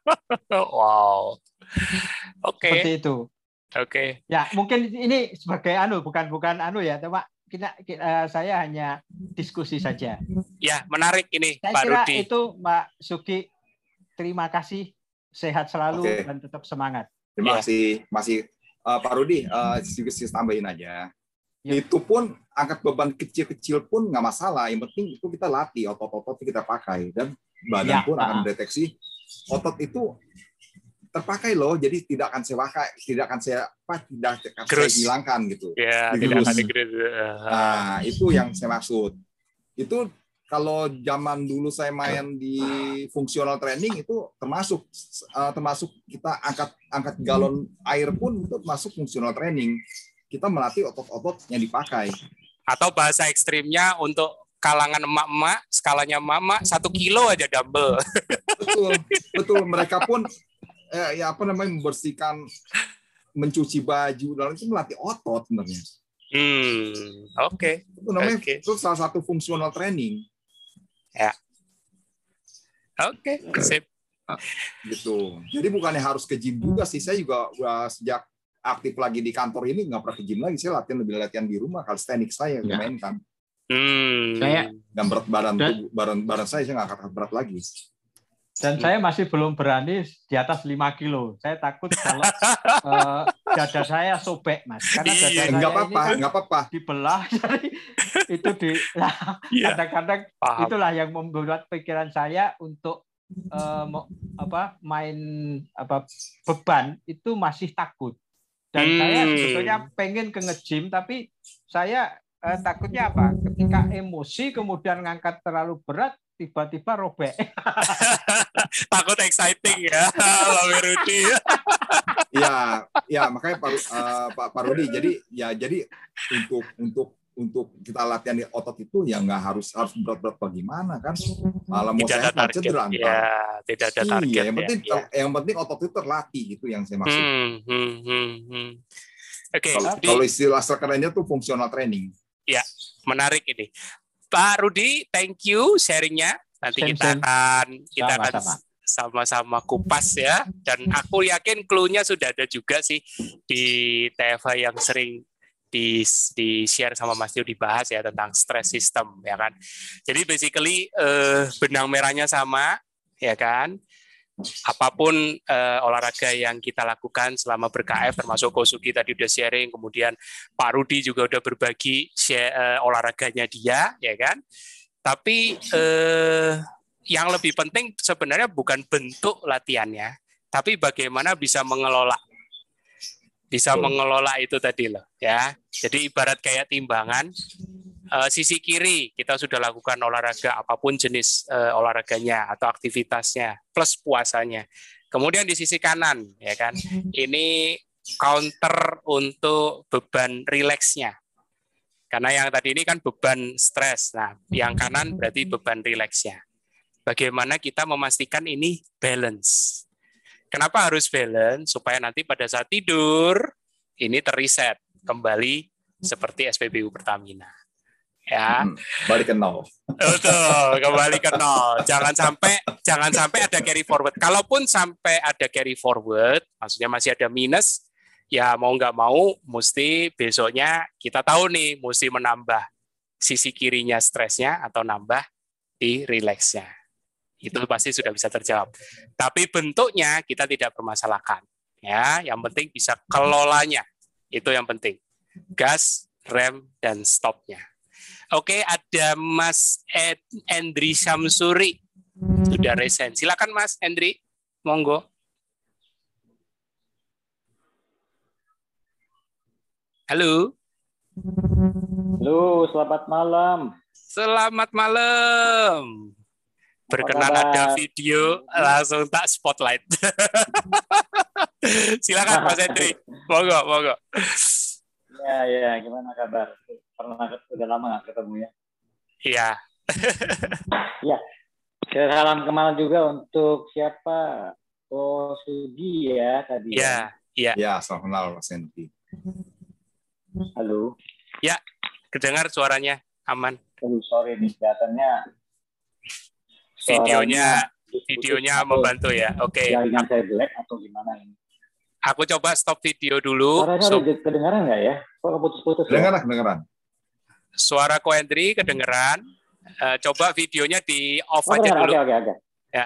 Speaker 1: Wow. Oke. Okay.
Speaker 5: Seperti itu.
Speaker 1: Oke. Okay.
Speaker 5: Ya, mungkin ini sebagai anu, bukan bukan anu ya, cuma kita, kita saya hanya diskusi saja.
Speaker 1: Ya, menarik ini,
Speaker 5: saya
Speaker 1: Pak
Speaker 5: kira
Speaker 1: Rudi.
Speaker 5: Itu Pak Sugi, terima kasih, sehat selalu okay. dan tetap semangat.
Speaker 2: Terima ya. kasih, masih uh, Pak Rudi, uh, sedikit tambahin aja. Ya. Itu pun angkat beban kecil-kecil pun nggak masalah. Yang penting itu kita latih otot-otot kita pakai dan badan ya. pun akan mendeteksi otot itu terpakai loh, jadi tidak akan saya pakai, tidak akan saya apa, tidak akan saya hilangkan gitu.
Speaker 1: Ya, tidak akan digerus.
Speaker 2: Nah, itu yang saya maksud. Itu kalau zaman dulu saya main di fungsional training itu termasuk uh, termasuk kita angkat angkat galon air pun itu masuk fungsional training. Kita melatih otot-otot yang dipakai.
Speaker 1: Atau bahasa ekstrimnya untuk kalangan emak-emak, skalanya emak-emak satu kilo aja dumbbell.
Speaker 2: Betul, betul. Mereka pun Eh, ya apa namanya membersihkan, mencuci baju dan itu melatih otot sebenarnya.
Speaker 1: Hmm, oke. Okay.
Speaker 2: Itu namanya
Speaker 1: okay.
Speaker 2: itu salah satu fungsional training.
Speaker 1: Ya. Oke, okay. Sip.
Speaker 2: Gitu. Jadi bukannya harus ke gym juga sih. Saya juga udah sejak aktif lagi di kantor ini nggak pernah ke gym lagi. Saya latihan lebih latihan di rumah. Calisthenics saya ya. mainkan.
Speaker 1: Hmm.
Speaker 5: Saya
Speaker 2: dan berat badan tubuh, badan badan saya saya nggak akan berat lagi.
Speaker 5: Dan saya masih belum berani di atas lima kilo. Saya takut kalau uh, dada saya sobek, Mas. Karena dada
Speaker 2: iya,
Speaker 5: saya
Speaker 2: enggak apa-apa,
Speaker 5: ini kan
Speaker 2: enggak apa-apa.
Speaker 5: dibelah. Jadi itu di nah,
Speaker 1: yeah.
Speaker 5: kadang-kadang itulah yang membuat pikiran saya untuk uh, apa main apa beban itu masih takut. Dan hmm. saya sebetulnya pengen ke nge-gym, tapi saya uh, takutnya apa? Ketika emosi kemudian ngangkat terlalu berat, tiba-tiba robek.
Speaker 1: Takut exciting ya, Pak Rudi.
Speaker 2: Ya, ya makanya Pak uh, Pak Pak Rudi. Jadi ya jadi untuk untuk untuk kita latihan di otot itu ya nggak harus harus berat-berat bagaimana kan? Malah mau
Speaker 1: tidak
Speaker 2: sehat cedera.
Speaker 1: Ya, tidak ada target.
Speaker 2: Iya, yang penting
Speaker 1: ya, ya.
Speaker 2: yang penting otot itu terlatih itu yang saya maksud.
Speaker 1: Hmm, hmm, hmm, hmm. Oke. Okay,
Speaker 2: kalau,
Speaker 1: jadi,
Speaker 2: kalau istilah kerennya tuh fungsional training.
Speaker 1: Ya, menarik ini. Pak Rudi, thank you sharingnya. Nanti
Speaker 5: Same,
Speaker 1: kita
Speaker 5: same.
Speaker 1: akan kita
Speaker 5: Sama-sama.
Speaker 1: akan sama-sama kupas ya. Dan aku yakin clue-nya sudah ada juga sih di T F H yang sering di di share sama Mas Tio dibahas ya tentang stress system ya kan. Jadi basically eh, benang merahnya sama ya kan. Apapun uh, olahraga yang kita lakukan selama ber-K F, termasuk Kosugi tadi udah sharing, kemudian Pak Rudi juga udah berbagi share, uh, olahraganya dia, ya kan? Tapi uh, yang lebih penting sebenarnya bukan bentuk latihannya, tapi bagaimana bisa mengelola, bisa oh. mengelola itu tadi loh, ya. Jadi ibarat kayak timbangan. Uh, sisi kiri kita sudah lakukan olahraga apapun jenis uh, olahraganya atau aktivitasnya plus puasanya. Kemudian di sisi kanan ya kan ini counter untuk beban rileksnya. Karena yang tadi ini kan beban stres. Nah, yang kanan berarti beban rileksnya. Bagaimana kita memastikan ini balance? Kenapa harus balance? Supaya nanti pada saat tidur ini terreset kembali seperti S P B U Pertamina. ya.
Speaker 2: Hmm, balik ke nol.
Speaker 1: Betul, kembali ke nol. Jangan sampai jangan sampai ada carry forward. Kalaupun sampai ada carry forward, maksudnya masih ada minus, ya mau nggak mau, mesti besoknya kita tahu nih, mesti menambah sisi kirinya stresnya atau nambah di relaxnya. Itu pasti sudah bisa terjawab. Tapi bentuknya kita tidak permasalahkan. Ya, yang penting bisa kelolanya. Itu yang penting. Gas, rem, dan stopnya. Oke, ada Mas Endri Syamsuri. Sudah resen. Silakan Mas Endri. Monggo. Halo.
Speaker 6: Halo, selamat malam.
Speaker 1: Selamat malam. Berkenan ada video, langsung tak spotlight. Silakan Mas Endri. Monggo, monggo.
Speaker 6: Ya, ya, gimana kabar? Pernah udah lama nggak ketemu ya?
Speaker 1: Iya.
Speaker 6: Ya, salam kenal juga untuk siapa? Oh, Sudi ya tadi.
Speaker 1: Iya, iya.
Speaker 2: Ya, salam kenal Mas Endri.
Speaker 6: Halo.
Speaker 1: Ya, kedengar suaranya aman.
Speaker 6: Aduh, sorry nih, kelihatannya
Speaker 1: videonya videonya membantu ya. Oke. Okay.
Speaker 6: Jaringan saya jelek atau gimana ini?
Speaker 1: Aku coba stop video dulu.
Speaker 6: Suaranya so, kedengaran nggak ya? Kok putus-putus?
Speaker 2: Kedengaran,
Speaker 6: ya?
Speaker 2: kedengaran.
Speaker 1: Suara Ko Endri kedengeran. Uh, coba videonya di off
Speaker 6: oh,
Speaker 1: aja
Speaker 6: benar.
Speaker 1: dulu.
Speaker 6: Oke, oke, oke.
Speaker 1: Ya.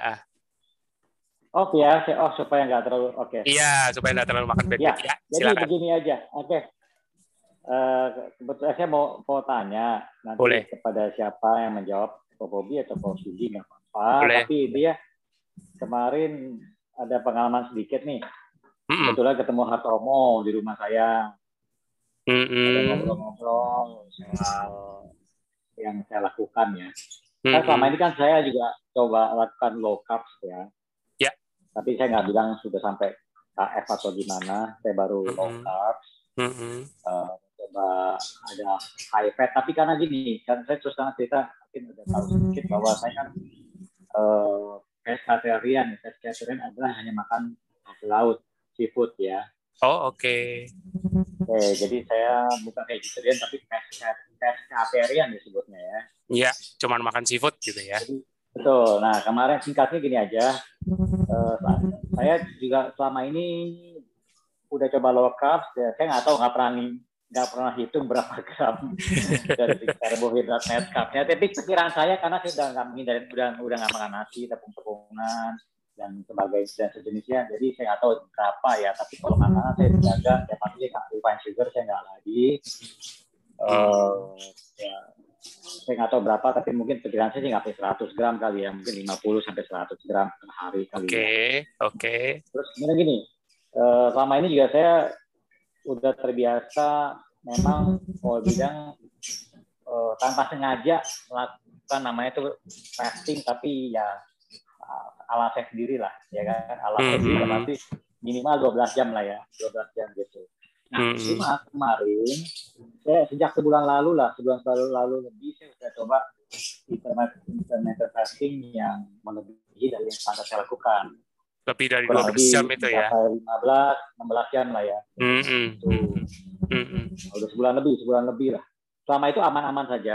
Speaker 6: Off ya, off supaya nggak terlalu oke. Okay.
Speaker 1: Iya, supaya nggak terlalu makan bandwidth ya.
Speaker 6: ya. Jadi
Speaker 1: silakan.
Speaker 6: begini aja. Oke. Okay. Uh, kebetulan saya mau mau tanya nanti
Speaker 1: Boleh.
Speaker 6: kepada siapa yang menjawab, Ko Bobi atau Ko Sudi nggak apa-apa.
Speaker 1: Boleh.
Speaker 6: Tapi dia kemarin ada pengalaman sedikit nih.
Speaker 1: Mm-mm.
Speaker 6: Kebetulan ketemu Hartomo di rumah saya.
Speaker 1: Mm-mm.
Speaker 6: Ada ngobrol-ngobrol soal yang saya lakukan ya.
Speaker 1: Mm-mm.
Speaker 6: Kan selama ini kan saya juga coba lakukan low carbs ya.
Speaker 1: Ya.
Speaker 6: Tapi saya nggak bilang sudah sampai K F atau gimana. Saya baru
Speaker 1: Mm-mm.
Speaker 6: low carbs.
Speaker 1: Mm-mm.
Speaker 6: Uh, coba ada high fat. Tapi karena gini, kan saya terus terang cerita, mungkin udah tahu sedikit bahwa saya kan uh, pescatarian. Pescatarian adalah hanya makan hasil laut, seafood ya.
Speaker 1: Oh oke. Okay.
Speaker 6: Oke, jadi saya bukan vegetarian tapi pescatarian disebutnya ya.
Speaker 1: Iya, cuman makan seafood gitu ya.
Speaker 6: Jadi, betul. Nah kemarin singkatnya gini aja. Uh, saya juga selama ini udah coba low carbs. Ya, saya nggak tahu nggak pernah nggak pernah hitung berapa gram dari karbohidrat net carbsnya. Tapi pikiran saya karena saya udah nggak menghindari, udah udah nggak makan nasi, tepung-tepungan dan sebagainya dan sejenisnya. Jadi saya nggak tahu berapa ya. Tapi kalau makanan saya jaga, ya pasti nggak refined sugar saya nggak lagi. Uh, ya, saya nggak tahu berapa, tapi mungkin pikiran saya sih nggak sampai seratus gram kali ya, mungkin lima puluh sampai seratus gram per hari kali.
Speaker 1: Oke, okay,
Speaker 6: ya.
Speaker 1: oke. Okay.
Speaker 6: Terus kemudian gini, uh, selama ini juga saya udah terbiasa memang kalau bilang uh, tanpa sengaja melakukan namanya itu fasting, tapi ya ala saya sendiri lah, ya kan, ala saya sendiri mm-hmm. Pasti minimal dua belas jam lah ya, dua belas jam gitu. Nah, mm-hmm. cuma kemarin, saya sejak sebulan lalu lah, sebulan lalu lalu lebih, saya sudah coba intermittent fasting yang melebihi dari yang standar saya lakukan.
Speaker 1: Lebih dari dua belas jam itu ya?
Speaker 6: lima belas, enam belas jam lah ya.
Speaker 1: Mm-hmm.
Speaker 6: Itu.
Speaker 1: Mm-hmm.
Speaker 6: Udah sebulan lebih, sebulan lebih lah. Selama itu aman-aman saja,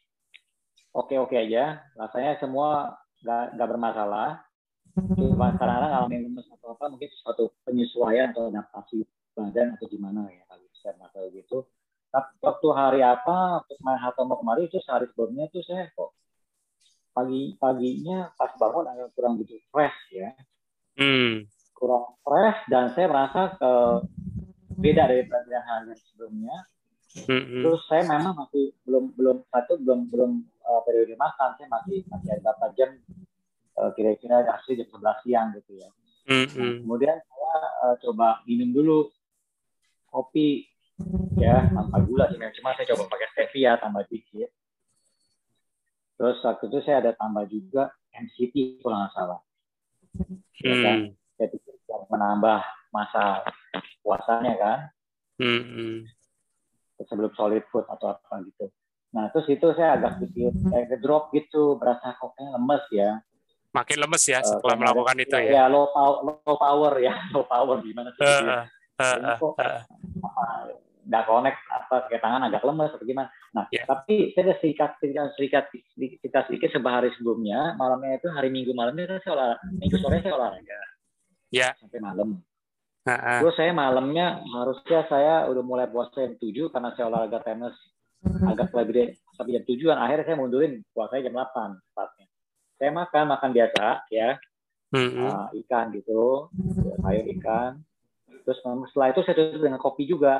Speaker 6: oke-oke aja, rasanya semua nggak nggak bermasalah. Cuma kadang-kadang ngalamin lemes atau apa, mungkin suatu penyesuaian atau adaptasi badan atau gimana ya, kalau saya nggak tahu gitu. Tapi waktu hari apa, waktu main Hartomo kemarin itu sehari sebelumnya itu saya kok pagi-paginya pas bangun agak kurang gitu fresh ya, hmm. kurang fresh dan saya merasa ke, beda dari hari sebelumnya. Hmm. Terus saya memang masih belum belum satu belum belum uh, periode makan, saya masih masih ada beberapa jam. Kira-kira hasil jam sebelas siang gitu ya. Mm-hmm. Nah, kemudian saya uh, coba minum dulu kopi ya tanpa gula sih, cuma saya coba pakai stevia tambah dikit. Terus waktu itu saya ada tambah juga M C T kalau nggak salah. Ya kan? Mm. Saya pikir menambah masa puasanya kan. Mm-hmm. Sebelum solid food atau apa gitu. Nah terus itu saya agak sedikit kayak drop gitu, berasa koknya lemes ya.
Speaker 1: Makin lemes ya setelah uh, melakukan ada, itu ya.
Speaker 6: Ya low power, low power ya, low power gimana sih? Uh, uh, uh, uh, uh. nggak connect apa kayak tangan agak lemes atau gimana. Nah, yeah. tapi saya ada serikat serikat serikat serikat sedikit sehari sebelumnya, malamnya itu hari Minggu malamnya kan saya olahraga, Minggu sore saya olahraga. Ya. Yeah. Sampai malam. Uh-huh. Terus saya malamnya harusnya saya udah mulai puasa jam tujuh karena saya olahraga tenis agak lebih sampai jam tujuh, dan akhirnya saya mundurin puasanya jam delapan tepatnya. Saya makan makan biasa ya. Mm-hmm. uh, ikan gitu, sayur ikan. Terus setelah itu saya tutup dengan kopi juga.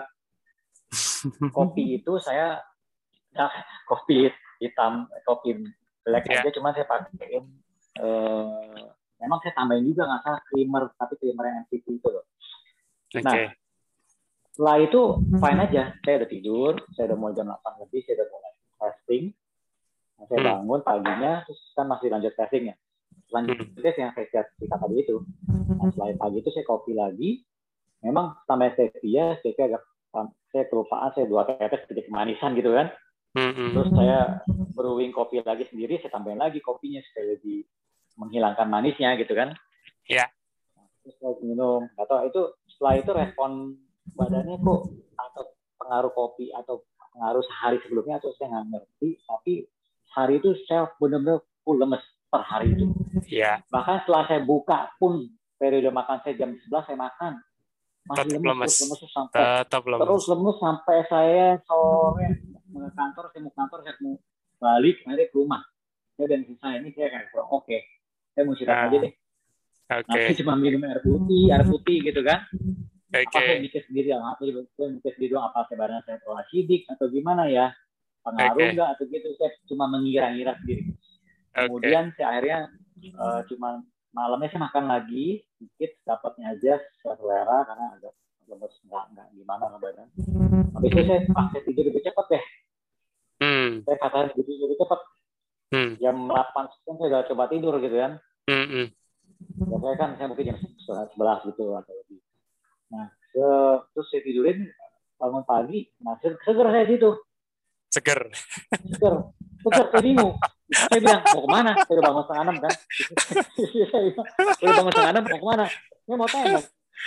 Speaker 6: Kopi itu saya, nah, kopi hitam, kopi black yeah. aja, cuma saya pakai, uh, memang saya tambahin juga nggak salah creamer, tapi creamer yang M C T itu loh. Okay. Nah, setelah itu fine aja, saya udah tidur, saya udah mulai jam delapan lebih, saya udah mulai fasting. Nah, saya bangun paginya, terus kan masih lanjut fasting ya. Selanjutnya yang saya cerita tadi itu. Nah, selain pagi itu saya kopi lagi. Memang tambah stevia, stevia agak saya kelupaan, saya dua tetes sedikit kemanisan gitu kan. Terus saya brewing kopi lagi sendiri, saya tambahin lagi kopinya supaya lebih menghilangkan manisnya gitu kan.
Speaker 1: Iya.
Speaker 6: Yeah. Terus saya minum. Atau itu setelah itu respon badannya kok atau pengaruh kopi atau pengaruh sehari sebelumnya atau saya nggak ngerti. Tapi hari itu saya benar-benar full lemes per hari itu.
Speaker 1: Iya. Yeah.
Speaker 6: Bahkan setelah saya buka pun periode makan saya jam sebelas saya makan. Masih lemes, terus lemes sampai Tetap lemes. terus lemes sampai saya sore ke kantor, saya mau kantor, saya mau balik, nanti ke rumah. Saya dan selesai ini saya kayak oke, okay, saya mau istirahat nah, aja deh.
Speaker 1: Oke. Okay.
Speaker 6: Nanti cuma minum air putih, air putih gitu kan.
Speaker 1: Oke. Okay.
Speaker 6: Apa saya mikir sendiri, apa saya mikir sendiri doang, apa saya badan saya terlalu asidik atau gimana ya, pengaruh okay. nggak atau gitu, saya cuma mengira-ngira sendiri. Kemudian okay. saya akhirnya uh, cuma malamnya saya makan lagi sedikit, dapatnya aja selera karena agak lemes nggak nggak gimana badan. Habis itu saya ah, saya tidur lebih cepat deh. Hmm. Saya katakan tidur lebih cepat. Hmm. Jam delapan saya udah coba tidur gitu kan. Hmm. Ya, saya kan saya mungkin jam sebelas gitu atau lebih. Nah, se terus saya tidurin bangun pagi, masih seger saya situ.
Speaker 1: Seger.
Speaker 6: Seger. Seger, saya bingung. Saya bilang, mau kemana? Saya udah bangun setengah enam kan? Saya udah bangun setengah enam, mau kemana? Saya mau tanya.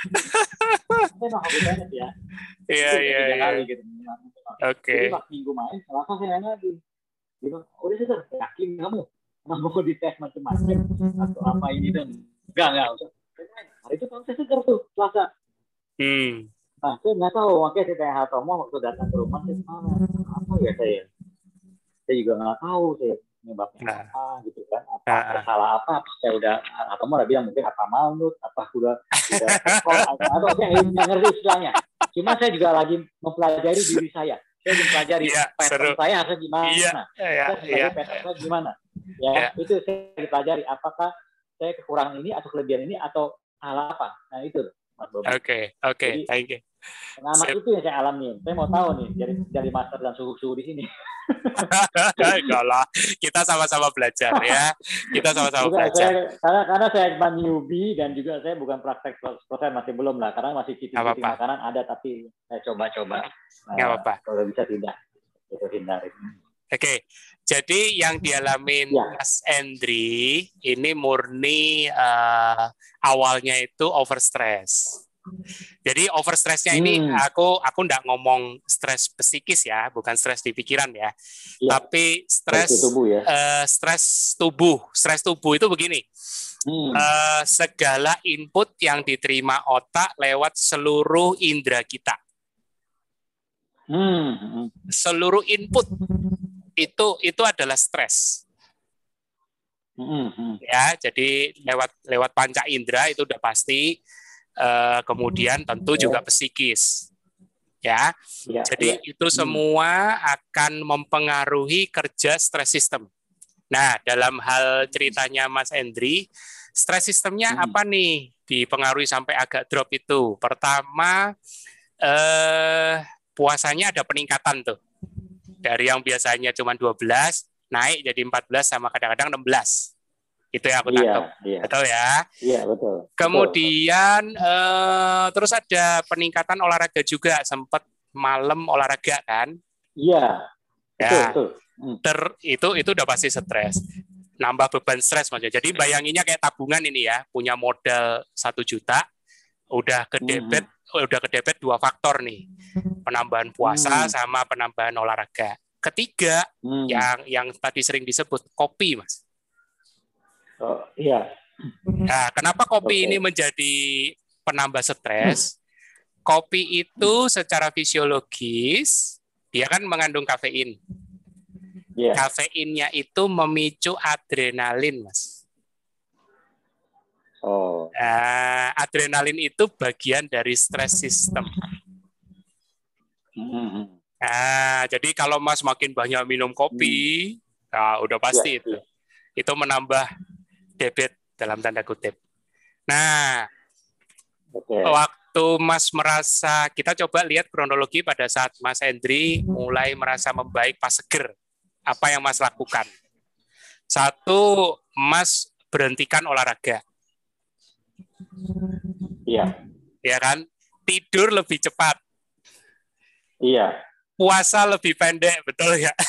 Speaker 6: Saya mau hobi banget ya.
Speaker 1: Iya, iya, iya. Oke.
Speaker 6: Jadi pas minggu main, selasa saya nanya lagi. Dia bilang, udah seger, yakin kamu? Mau dites macam-macam atau apa ini dan enggak, enggak. Hari itu kan saya seger tuh, selasa.
Speaker 1: Hmm.
Speaker 6: Nah, saya nggak tahu, makanya saya tanya Hatomo waktu datang ke rumah, saya mana? Apa ya saya? Saya juga nggak tahu saya penyebabnya nah. apa gitu kan, apa nah. salah apa, apa saya udah Hatomo udah bilang mungkin apa malut, apa udah udah atau saya nggak ngerti istilahnya. Cuma saya juga lagi mempelajari diri saya. Saya mempelajari ya, pattern saya harus gimana,
Speaker 1: iya, iya,
Speaker 6: saya
Speaker 1: iya,
Speaker 6: pattern saya gimana. Ya, ya, itu saya dipelajari. Apakah saya kekurangan ini atau kelebihan ini atau salah apa? Nah itu.
Speaker 1: Oke, oke, okay, thank you.
Speaker 6: Pengalaman itu yang saya alami. Saya mau tahu nih dari dari master dan suhu-suhu di sini.
Speaker 1: Enggak lah, kita sama-sama belajar ya. Kita sama-sama
Speaker 6: Bukan,
Speaker 1: belajar.
Speaker 6: Saya, karena karena saya cuma newbie dan juga saya bukan praktek proses masih belum lah. Karena masih cicing-cicing makanan ada tapi saya coba-coba.
Speaker 1: Nggak uh, apa-apa.
Speaker 6: Kalau bisa tidak, itu hindari.
Speaker 1: Oke, okay. Jadi yang dialamin ya. Mas Endri ini murni uh, awalnya itu overstress. Jadi overstressnya ini hmm. aku aku nggak ngomong stres psikis ya, bukan stres di pikiran ya, ya. Tapi stres tubuh ya. Uh, stres tubuh, stres tubuh itu begini. Hmm. Uh, segala input yang diterima otak lewat seluruh indera kita.
Speaker 6: Hmm.
Speaker 1: Seluruh input itu itu adalah stres.
Speaker 6: Mm-hmm.
Speaker 1: Ya, jadi lewat lewat panca indera itu udah pasti. Uh, kemudian tentu juga psikis. Ya.
Speaker 6: ya
Speaker 1: jadi
Speaker 6: ya.
Speaker 1: itu semua akan mempengaruhi kerja stress system. Nah, dalam hal ceritanya Mas Endri, stress systemnya hmm. apa nih dipengaruhi sampai agak drop itu? Pertama, eh, puasanya ada peningkatan tuh. Dari yang biasanya cuma dua belas, naik jadi empat belas sama kadang-kadang enam belas. Itu yang aku tangkap.
Speaker 6: Iya, iya.
Speaker 1: Betul ya?
Speaker 6: Iya, betul.
Speaker 1: Kemudian betul. Eh, terus ada peningkatan olahraga juga. Sempat malam olahraga kan?
Speaker 6: Iya.
Speaker 1: Ya.
Speaker 6: Betul, betul.
Speaker 1: Ter, itu itu udah pasti stres. Nambah beban stres maksudnya. Jadi bayanginnya kayak tabungan ini ya, punya modal satu juta, udah ke debit udah kedepet dua faktor nih, penambahan puasa
Speaker 6: Hmm.
Speaker 1: sama penambahan olahraga. Ketiga,
Speaker 6: Hmm.
Speaker 1: yang yang tadi sering disebut kopi, Mas.
Speaker 6: Oh, iya.
Speaker 1: Nah, kenapa kopi
Speaker 6: Oke.
Speaker 1: ini menjadi penambah stres? Kopi itu secara fisiologis dia kan mengandung kafein.
Speaker 6: Iya.
Speaker 1: Kafeinnya itu memicu adrenalin, Mas.
Speaker 6: Oh.
Speaker 1: Nah, adrenalin itu bagian dari stress system.
Speaker 6: Hmm.
Speaker 1: Nah, jadi kalau Mas makin banyak minum kopi, nah, udah pasti
Speaker 6: Iya,
Speaker 1: itu.
Speaker 6: iya.
Speaker 1: Itu menambah debit dalam tanda kutip. Nah,
Speaker 6: Oke.
Speaker 1: waktu Mas merasa, kita coba lihat kronologi pada saat Mas Hendri mulai merasa membaik pas seger. Apa yang Mas lakukan? Satu, Mas berhentikan olahraga.
Speaker 6: Iya.
Speaker 1: Ya kan? Tidur lebih cepat.
Speaker 6: Iya.
Speaker 1: Puasa lebih pendek, betul ya?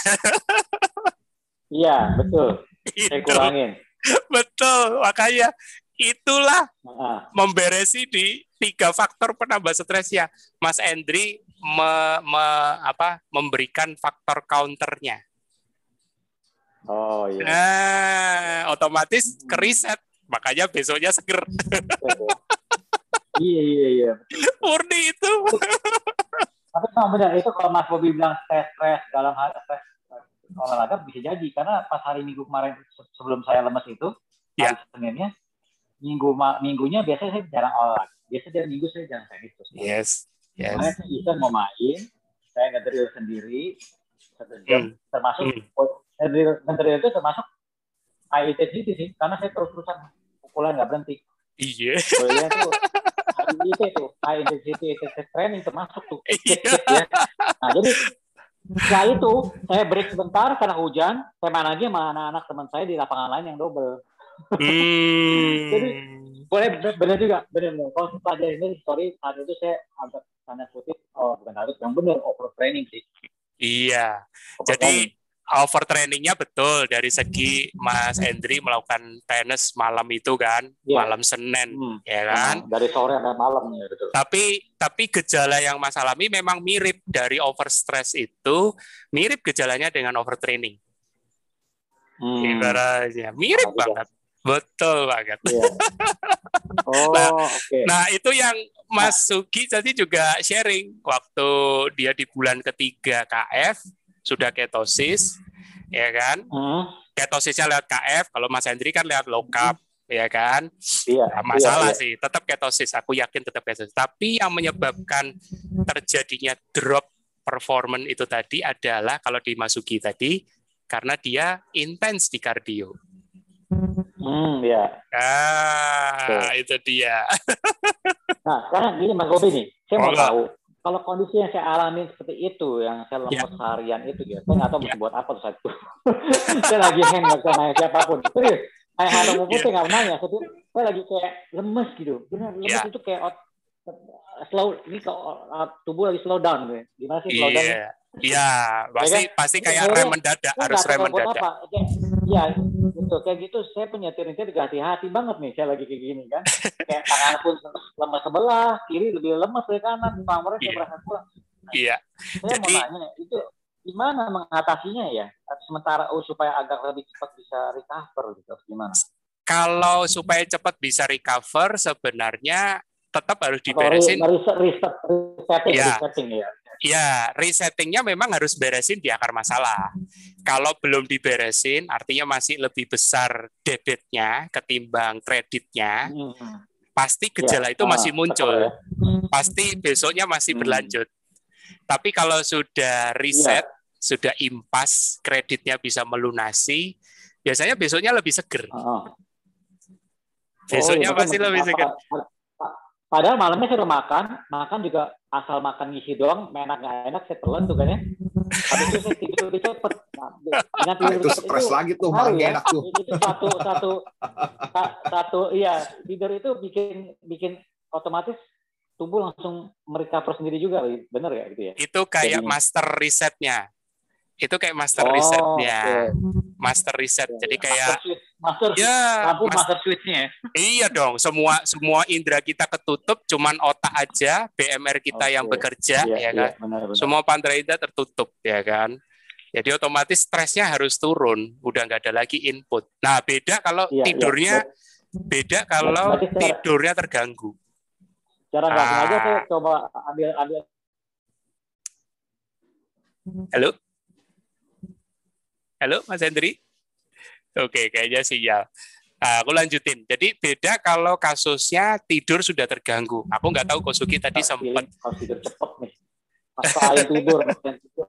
Speaker 6: Iya, betul. Saya
Speaker 1: Itu,
Speaker 6: kurangin.
Speaker 1: betul. Makanya itulah
Speaker 6: Nah,
Speaker 1: memberesi di tiga faktor penambah stresnya. Mas Hendri me, me, apa, memberikan faktor counternya.
Speaker 6: oh iya.
Speaker 1: Nah, otomatis keriset. Makanya besoknya seger.
Speaker 6: Iya, iya, iya.
Speaker 1: Murni itu.
Speaker 6: Tapi memang benar, itu kalau Mas Bobi bilang stres-stres dalam hal stres olahraga bisa jadi. Karena pas hari Minggu kemarin sebelum saya lemes itu, hari
Speaker 1: Ya.
Speaker 6: Seninnya, minggu minggunya biasanya saya jarang olahraga. Biasanya dari minggu saya jarang kayak gitu.
Speaker 1: Yes. Yes.
Speaker 6: Makanya saya bisa mau main, saya ngedrill sendiri, satu jam,
Speaker 1: Hmm.
Speaker 6: termasuk
Speaker 1: Hmm.
Speaker 6: ngedrill, ngedrill itu termasuk high intensity sih, karena saya terus-terusan pukulan nggak berhenti.
Speaker 1: Iya.
Speaker 6: Bolehnya tuh I T tuh, high intensity intensity training termasuk tuh.
Speaker 1: Iya.
Speaker 6: Ya. Nah jadi setelah itu saya break sebentar karena hujan, saya main lagi sama anak-anak teman saya di lapangan lain yang double.
Speaker 1: Hmm.
Speaker 6: Jadi boleh benar juga, benar. Kalau setelah ini sorry saat itu saya agak tanda kutip, oh bukan harus yang benar overtraining sih.
Speaker 1: Iya. Jadi overtrainingnya betul dari segi Mas Hendri melakukan tenis malam itu kan,
Speaker 6: Ya.
Speaker 1: malam Senin,
Speaker 6: Hmm.
Speaker 1: ya kan?
Speaker 6: Nah, dari sore sampai malam ya betul.
Speaker 1: Tapi tapi gejala yang Mas alami memang mirip dari overstress itu, mirip gejalanya dengan overtraining.
Speaker 6: Hmm.
Speaker 1: Ibaratnya mirip
Speaker 6: Sama juga.
Speaker 1: banget. Betul banget.
Speaker 6: Iya. Oh,
Speaker 1: Nah,
Speaker 6: oke.
Speaker 1: Nah, itu yang Mas Sugi tadi juga sharing waktu dia di bulan ketiga K F sudah ketosis, ya kan?
Speaker 6: Hmm.
Speaker 1: Ketosisnya lewat K F, kalau Mas Hendri kan lewat low carb, ya kan?
Speaker 6: Iya.
Speaker 1: Nah, masalah
Speaker 6: iya, iya.
Speaker 1: sih, tetap ketosis. Aku yakin tetap ketosis. Tapi yang menyebabkan terjadinya drop performance itu tadi adalah kalau di Mas Sugi tadi karena dia intens di kardio.
Speaker 6: Hmm, ya.
Speaker 1: Ah, itu dia.
Speaker 6: Nah, sekarang gini Mas Bobi nih, saya
Speaker 1: Oh,
Speaker 6: mau
Speaker 1: enggak.
Speaker 6: tahu kalau kondisi yang saya alami seperti itu, yang saya lemes
Speaker 1: Ya.
Speaker 6: harian itu, ya, saya nggak tahu
Speaker 1: Ya.
Speaker 6: mesti buat apa tuh saat itu. Saya lagi hang, nggak bisa nanya siapapun. Serius, kayak hal umum
Speaker 1: Ya.
Speaker 6: saya nggak nanya. Saya, saya lagi kayak lemes gitu. Benar, lemes
Speaker 1: Ya.
Speaker 6: itu kayak ot- slow, ini kok tubuh lagi slow down, gitu. Gimana sih slow down?
Speaker 1: Iya. Iya, pasti
Speaker 6: Ya kan?
Speaker 1: pasti kayak
Speaker 6: Akhirnya,
Speaker 1: rem mendadak,
Speaker 6: saya
Speaker 1: harus
Speaker 6: nggak
Speaker 1: rem
Speaker 6: tahu buat
Speaker 1: mendadak.
Speaker 6: apa. Kayak, ya, gitu. Kayak gitu, saya penyetir-nyetir juga hati-hati banget nih. Saya lagi kayak gini kan. Kayak tangan pun lemas sebelah, kiri lebih lemas dari kanan. Pamornya saya
Speaker 1: Iya.
Speaker 6: merasa kurang. Nah,
Speaker 1: Iya.
Speaker 6: saya
Speaker 1: Jadi
Speaker 6: mau nanya, itu gimana mengatasinya ya? Sementara oh, supaya agak lebih cepat bisa recover gitu. Gimana?
Speaker 1: kalau supaya cepat bisa recover sebenarnya tetap harus
Speaker 6: Atau
Speaker 1: diberesin.
Speaker 6: re- reset, reset, resetting,
Speaker 1: Iya.
Speaker 6: resetting ya.
Speaker 1: Ya, resettingnya memang harus beresin di akar masalah. Kalau belum diberesin, artinya masih lebih besar debitnya ketimbang kreditnya,
Speaker 6: Hmm.
Speaker 1: pasti gejala
Speaker 6: Ya.
Speaker 1: itu
Speaker 6: Ah,
Speaker 1: masih muncul.
Speaker 6: betul ya.
Speaker 1: Pasti besoknya masih
Speaker 6: Hmm.
Speaker 1: berlanjut. Tapi kalau sudah reset, sudah impas, kreditnya bisa melunasi, biasanya besoknya lebih seger.
Speaker 6: Ah.
Speaker 1: Besoknya
Speaker 6: Oh, iya,
Speaker 1: pasti
Speaker 6: betul.
Speaker 1: lebih seger.
Speaker 6: Padahal malamnya saya udah makan, makan juga asal makan ngisi doang, enak nggak enak saya telan tuh kan ya. Habis itu saya tidur lebih cepet. Nah, dengan
Speaker 2: Nah,
Speaker 6: tidur
Speaker 2: itu
Speaker 6: lebih cepet
Speaker 2: stres lagi tuh,
Speaker 6: ngaruh
Speaker 2: malah nggak
Speaker 6: ya.
Speaker 2: enak tuh.
Speaker 6: Itu satu satu sa- satu iya tidur itu bikin bikin otomatis tubuh langsung merecover sendiri juga, bener ya gitu ya.
Speaker 1: Itu kayak
Speaker 6: Jadinya.
Speaker 1: master resetnya. Itu kayak master
Speaker 6: Oh,
Speaker 1: resetnya.
Speaker 6: oke.
Speaker 1: Master reset.
Speaker 6: Ya,
Speaker 1: Jadi
Speaker 6: ya.
Speaker 1: kayak
Speaker 6: Master switch. master
Speaker 1: Ya,
Speaker 6: lampu
Speaker 1: mas-
Speaker 6: master switch-nya ya.
Speaker 1: Iya dong, semua semua indera kita ketutup, cuman otak aja, B M R kita
Speaker 6: Oke.
Speaker 1: yang bekerja,
Speaker 6: Iya,
Speaker 1: ya
Speaker 6: iya,
Speaker 1: kan.
Speaker 6: benar, benar.
Speaker 1: Semua pantra indera tertutup, ya kan. Jadi otomatis stresnya harus turun, udah nggak ada lagi input. Nah, beda kalau
Speaker 6: Iya,
Speaker 1: tidurnya,
Speaker 6: iya.
Speaker 1: beda kalau
Speaker 6: Berarti secara-
Speaker 1: tidurnya terganggu.
Speaker 6: Cara nggak
Speaker 1: Ah.
Speaker 6: sengaja saya coba ambil ambil
Speaker 1: Halo, halo, Mas Hendri. Oke, kayaknya sinyal. Nah, aku lanjutin. Jadi beda kalau kasusnya tidur sudah terganggu. Aku nggak tahu Kosugi tadi sempat.
Speaker 6: harus tidur cepet nih. Paksain tidur, paksain tidur.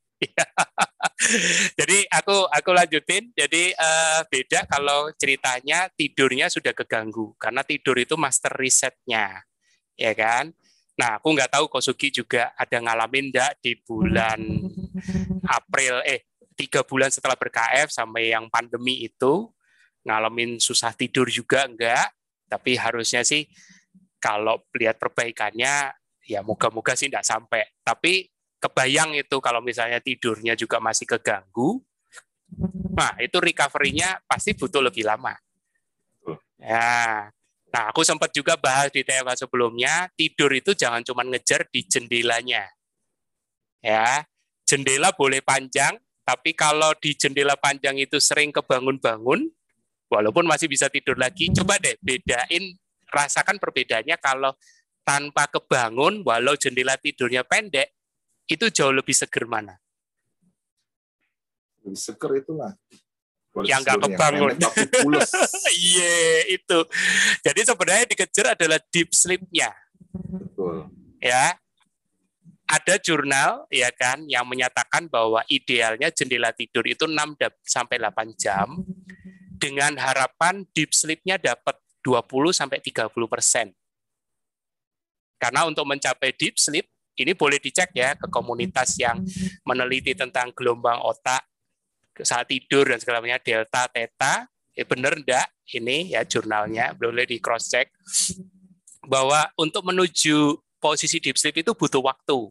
Speaker 1: Jadi aku aku lanjutin. Jadi eh, beda kalau ceritanya tidurnya sudah keganggu karena tidur itu master resetnya, ya kan? Nah, aku nggak tahu Kosugi juga ada ngalamin nggak di bulan April eh tiga bulan setelah ber-K F sampai yang pandemi itu ngalamin susah tidur juga enggak? Tapi harusnya sih kalau lihat perbaikannya ya moga-moga sih enggak sampai. Tapi kebayang itu kalau misalnya tidurnya juga masih keganggu, nah itu recovery-nya pasti butuh lebih lama. Ya, nah aku sempat juga bahas di T F A sebelumnya, tidur itu jangan cuma ngejar di jendelanya. Ya, jendela boleh panjang, tapi kalau di jendela panjang itu sering kebangun-bangun, walaupun masih bisa tidur lagi, coba deh bedain, rasakan perbedaannya kalau tanpa kebangun, walau jendela tidurnya pendek, itu jauh lebih seger mana?
Speaker 2: Lebih seger itulah.
Speaker 1: Yang nggak kebangun. Iya, itu. Jadi sebenarnya dikejar adalah deep sleep-nya.
Speaker 2: Betul.
Speaker 1: Ya. Ada jurnal ya kan yang menyatakan bahwa idealnya jendela tidur itu enam sampai delapan jam dengan harapan deep sleep-nya dapat dua puluh sampai tiga puluh persen. Karena untuk mencapai deep sleep ini boleh dicek ya ke komunitas yang meneliti tentang gelombang otak saat tidur dan segala macamnya delta, theta, eh, benar enggak ini ya jurnalnya boleh di cross check bahwa untuk menuju posisi deep sleep itu butuh waktu.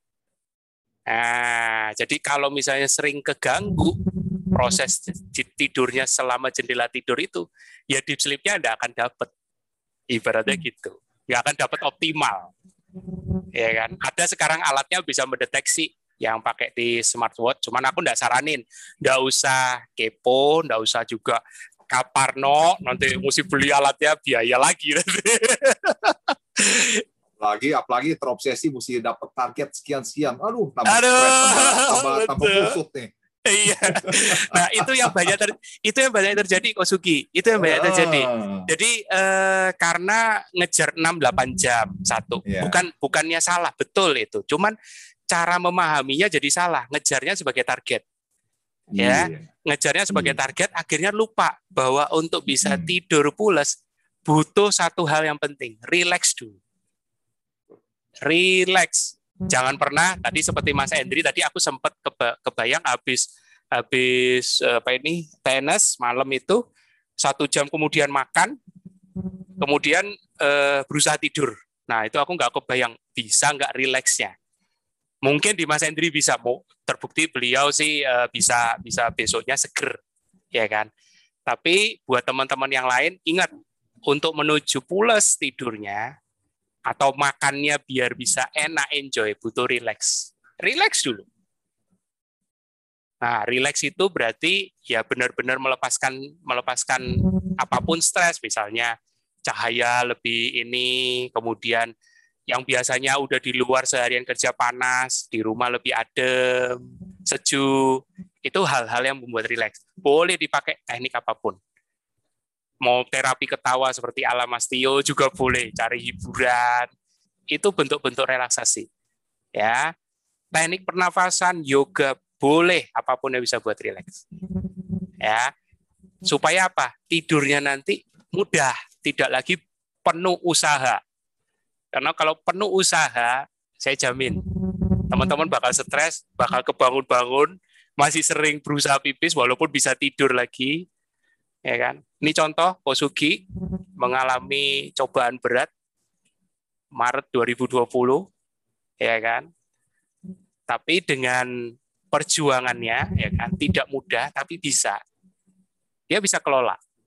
Speaker 1: Nah, jadi kalau misalnya sering keganggu proses tidurnya selama jendela tidur itu, ya deep sleep-nya Anda akan dapat. Ibaratnya gitu. Nggak akan dapat optimal. Ya kan? Ada sekarang alatnya bisa mendeteksi yang pakai di smartwatch, cuman aku nggak saranin. Nggak usah kepo, nggak usah juga kaparno, nanti mesti beli alatnya biaya lagi.
Speaker 2: Lagi, apalagi terobsesi mesti dapat target sekian-sekian. Aduh, tambah
Speaker 1: Aduh,
Speaker 2: stres, tambah, tambah, tambah kusut nih.
Speaker 1: Iya. Nah, itu yang banyak ter, itu yang banyak terjadi Kosugi. Itu yang banyak terjadi. Jadi eh, karena ngejar enam delapan jam satu. Yeah. Bukan bukannya salah, betul itu. Cuman cara memahaminya jadi salah, ngejarnya sebagai target. Ya, yeah. Ngejarnya sebagai target akhirnya lupa bahwa untuk bisa hmm. tidur pules butuh satu hal yang penting, relax dulu. Relax. Jangan pernah tadi seperti Mas Hendri tadi aku sempat keba, kebayang habis habis apa ini tenis malam itu satu jam kemudian makan kemudian eh, berusaha tidur. Nah itu aku nggak kebayang bisa nggak relaxnya. Mungkin di Mas Hendri bisa, mau terbukti beliau sih eh, bisa bisa besoknya seger, ya kan. Tapi buat teman-teman yang lain ingat untuk menuju pules tidurnya atau makannya biar bisa enak, enjoy, butuh relax. Relax dulu. Nah, relax itu berarti ya benar-benar melepaskan melepaskan apapun stres, misalnya cahaya lebih ini, kemudian yang biasanya udah di luar seharian kerja panas, di rumah lebih adem, sejuk. Itu hal-hal yang membuat relax. Boleh dipakai teknik apapun. Mau terapi ketawa seperti ala Mas Tio juga boleh, cari hiburan. Itu bentuk-bentuk relaksasi. Ya. Teknik pernafasan, yoga boleh, apapun yang bisa buat relax. Ya. Supaya apa? Tidurnya nanti mudah, tidak lagi penuh usaha. Karena kalau penuh usaha, saya jamin teman-teman bakal stres, bakal kebangun-bangun, masih sering berusaha pipis walaupun bisa tidur lagi. Ya kan? Ini contoh Kosugi mengalami cobaan berat Maret dua ribu dua puluh, ya kan? Tapi dengan perjuangannya, ya kan, tidak mudah, tapi bisa. Dia bisa kelola.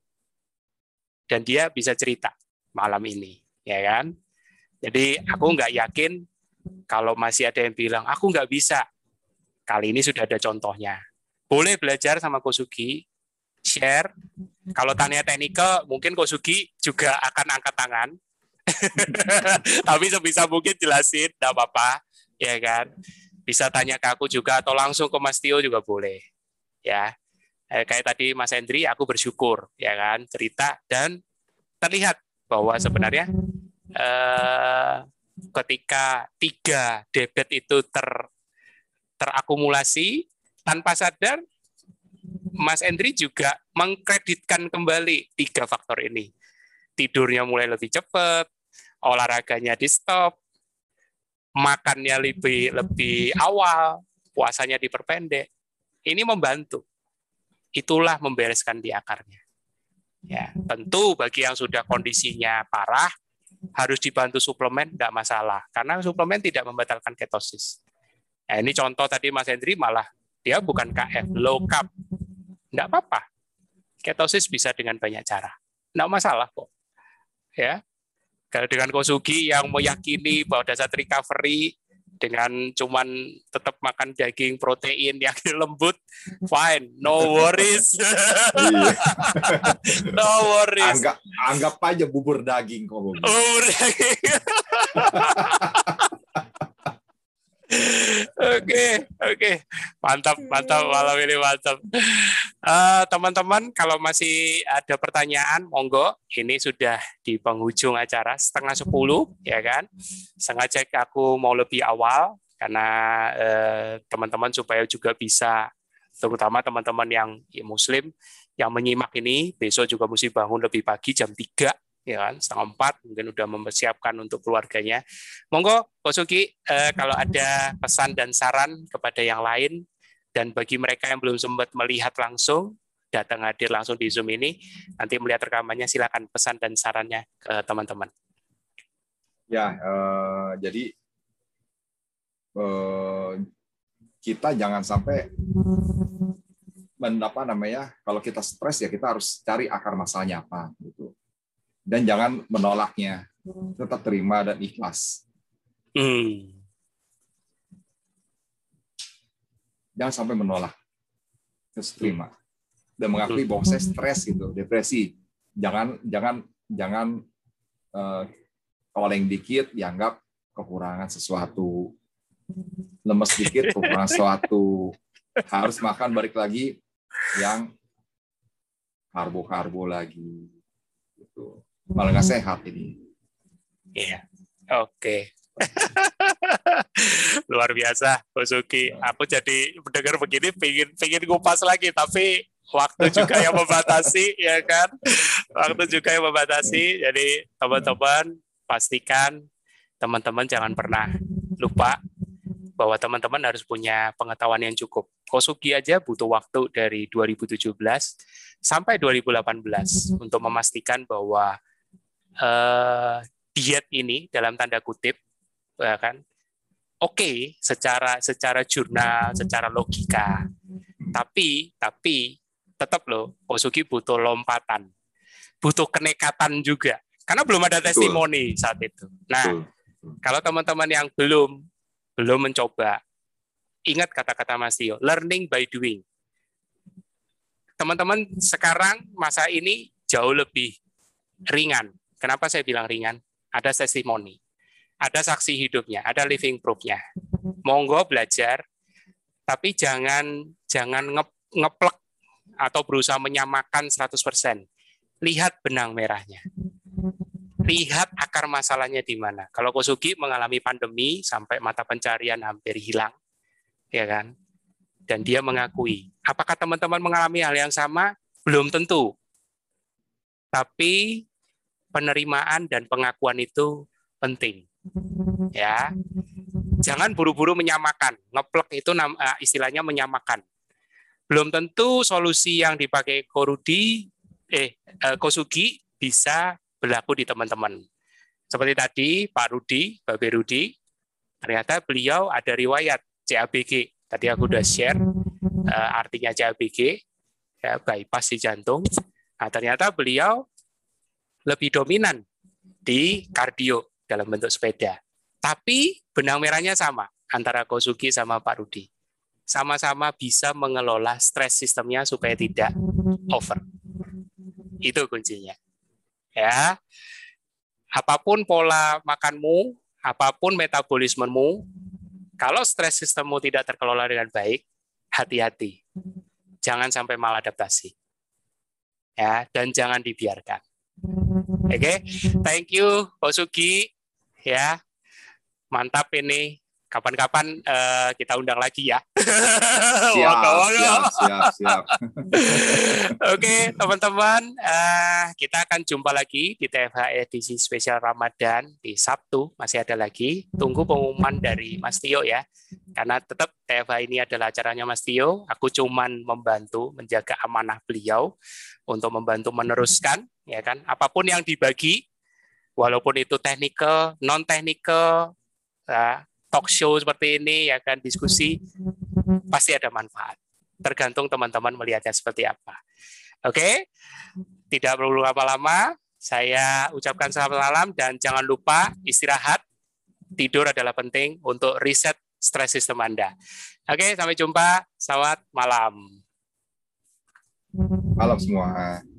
Speaker 1: dan dia bisa cerita malam ini, ya kan? Jadi aku nggak yakin kalau masih ada yang bilang aku nggak bisa. Kali ini sudah ada contohnya. Boleh belajar sama Kosugi, share. Kalau tanya teknikal, mungkin Kosugi juga akan angkat tangan. Tapi sebisa mungkin jelasin, nggak apa-apa, ya kan? Bisa tanya ke aku juga atau langsung ke Mas Tio juga boleh, ya. Eh, kayak tadi Mas Hendri, aku bersyukur, ya kan, cerita dan terlihat bahwa sebenarnya eh, ketika tiga debit itu ter terakumulasi tanpa sadar, Mas Hendri juga mengkreditkan kembali tiga faktor ini. Tidurnya mulai lebih cepat, olahraganya di stop, makannya lebih lebih awal, puasanya diperpendek. Ini membantu. Itulah membereskan di akarnya. Ya, tentu bagi yang sudah kondisinya parah harus dibantu suplemen, tidak masalah, karena suplemen tidak membatalkan ketosis. Nah, ini contoh tadi Mas Hendri malah dia bukan K F, low carb. Tidak apa-apa. Ketosis bisa dengan banyak cara. Tidak masalah kok. Ya. Kalau dengan Kosugi yang meyakini bahwa dasar recovery dengan cuman tetap makan daging protein yang lembut, fine, no worries. No worries.
Speaker 2: Anggap anggap aja bubur daging kok.
Speaker 1: Bubur daging. Oke, oke, mantap, mantap malam ini mantap. Uh, teman-teman, kalau masih ada pertanyaan, monggo. Ini sudah di penghujung acara setengah sepuluh, ya kan? Sengaja aku mau lebih awal karena uh, teman-teman supaya juga bisa, terutama teman-teman yang ya, Muslim yang menyimak ini besok juga mesti bangun lebih pagi jam tiga. Ya kan, setengah empat mungkin udah mempersiapkan untuk keluarganya. Monggo, Kosugi, eh, kalau ada pesan dan saran kepada yang lain, dan bagi mereka yang belum sempat melihat langsung, datang hadir langsung di Zoom ini, nanti melihat rekamannya, silakan pesan dan sarannya ke teman-teman.
Speaker 2: Ya, eh, jadi eh, kita jangan sampai men, apa namanya, kalau kita stres ya kita harus cari akar masalahnya apa gitu. Dan jangan menolaknya, tetap terima dan ikhlas.
Speaker 1: Hmm.
Speaker 2: Jangan sampai menolak, terus terima dan mengakui bahwa saya stres gitu, depresi. Jangan jangan jangan uh, oleng dikit dianggap kekurangan sesuatu, lemes dikit kekurangan sesuatu, harus makan balik lagi yang karbo-karbo lagi, gitu. Malah nggak sehat ini.
Speaker 1: Iya, oke. Okay. Luar biasa, Kosugi. Aku jadi mendengar begini, pengen pengen ngupas lagi, tapi waktu juga yang membatasi, ya kan? Waktu juga yang membatasi. Jadi teman-teman pastikan, teman-teman jangan pernah lupa bahwa teman-teman harus punya pengetahuan yang cukup. Kosugi aja butuh waktu dari dua ribu tujuh belas sampai dua ribu delapan belas untuk memastikan bahwa Uh, diet ini dalam tanda kutip, ya kan, oke okay, secara secara jurnal, secara logika, tapi tapi tetap loh, Kosugi butuh lompatan, butuh kenekatan juga, karena belum ada testimoni saat itu. Nah, kalau teman-teman yang belum belum mencoba, ingat kata-kata Mas Tio, learning by doing. Teman-teman sekarang masa ini jauh lebih ringan. Kenapa saya bilang ringan? Ada testimoni, ada saksi hidupnya, ada living proof-nya. Monggo belajar, tapi jangan jangan nge, ngeplek atau berusaha menyamakan seratus persen. Lihat benang merahnya. Lihat akar masalahnya di mana. Kalau Kosugi mengalami pandemi sampai mata pencarian hampir hilang, ya kan? Dan dia mengakui. Apakah teman-teman mengalami hal yang sama? Belum tentu. Tapi penerimaan dan pengakuan itu penting, ya. Jangan buru-buru menyamakan. Ngeplek itu istilahnya menyamakan. Belum tentu solusi yang dipakai Korudi, eh Kosugi bisa berlaku di teman-teman. Seperti tadi Pak Rudi, Babe Rudi, ternyata beliau ada riwayat C A B G. Tadi aku udah share uh, artinya C A B G, ya, bypass di jantung. Nah, ternyata beliau lebih dominan di kardio dalam bentuk sepeda. Tapi benang merahnya sama antara Kosugi sama Pak Rudi. Sama-sama bisa mengelola stres sistemnya supaya tidak over. Itu kuncinya. Ya. Apapun pola makanmu, apapun metabolismemu, kalau stres sistemmu tidak terkelola dengan baik, hati-hati. Jangan sampai maladaptasi. Ya, dan jangan dibiarkan. Oke, okay? Thank you Kosugi. Ya. Mantap ini. Kapan-kapan uh, kita undang lagi ya.
Speaker 2: Siap, siap, siap, siap.
Speaker 1: Oke, teman-teman, uh, kita akan jumpa lagi di T F H edisi spesial Ramadan di Sabtu. Masih ada lagi. Tunggu pengumuman dari Mas Tio ya. Karena tetap T F H ini adalah acaranya Mas Tio. Aku cuman membantu menjaga amanah beliau untuk membantu meneruskan, ya kan. Apapun yang dibagi, walaupun itu technical, non-technical, uh, talk show seperti ini, ya kan, diskusi, pasti ada manfaat. Tergantung teman-teman melihatnya seperti apa. Oke, tidak perlu lama-lama, saya ucapkan selamat malam, dan jangan lupa istirahat, tidur adalah penting untuk reset stres sistem Anda. Oke, sampai jumpa, selamat malam.
Speaker 2: Malam semua.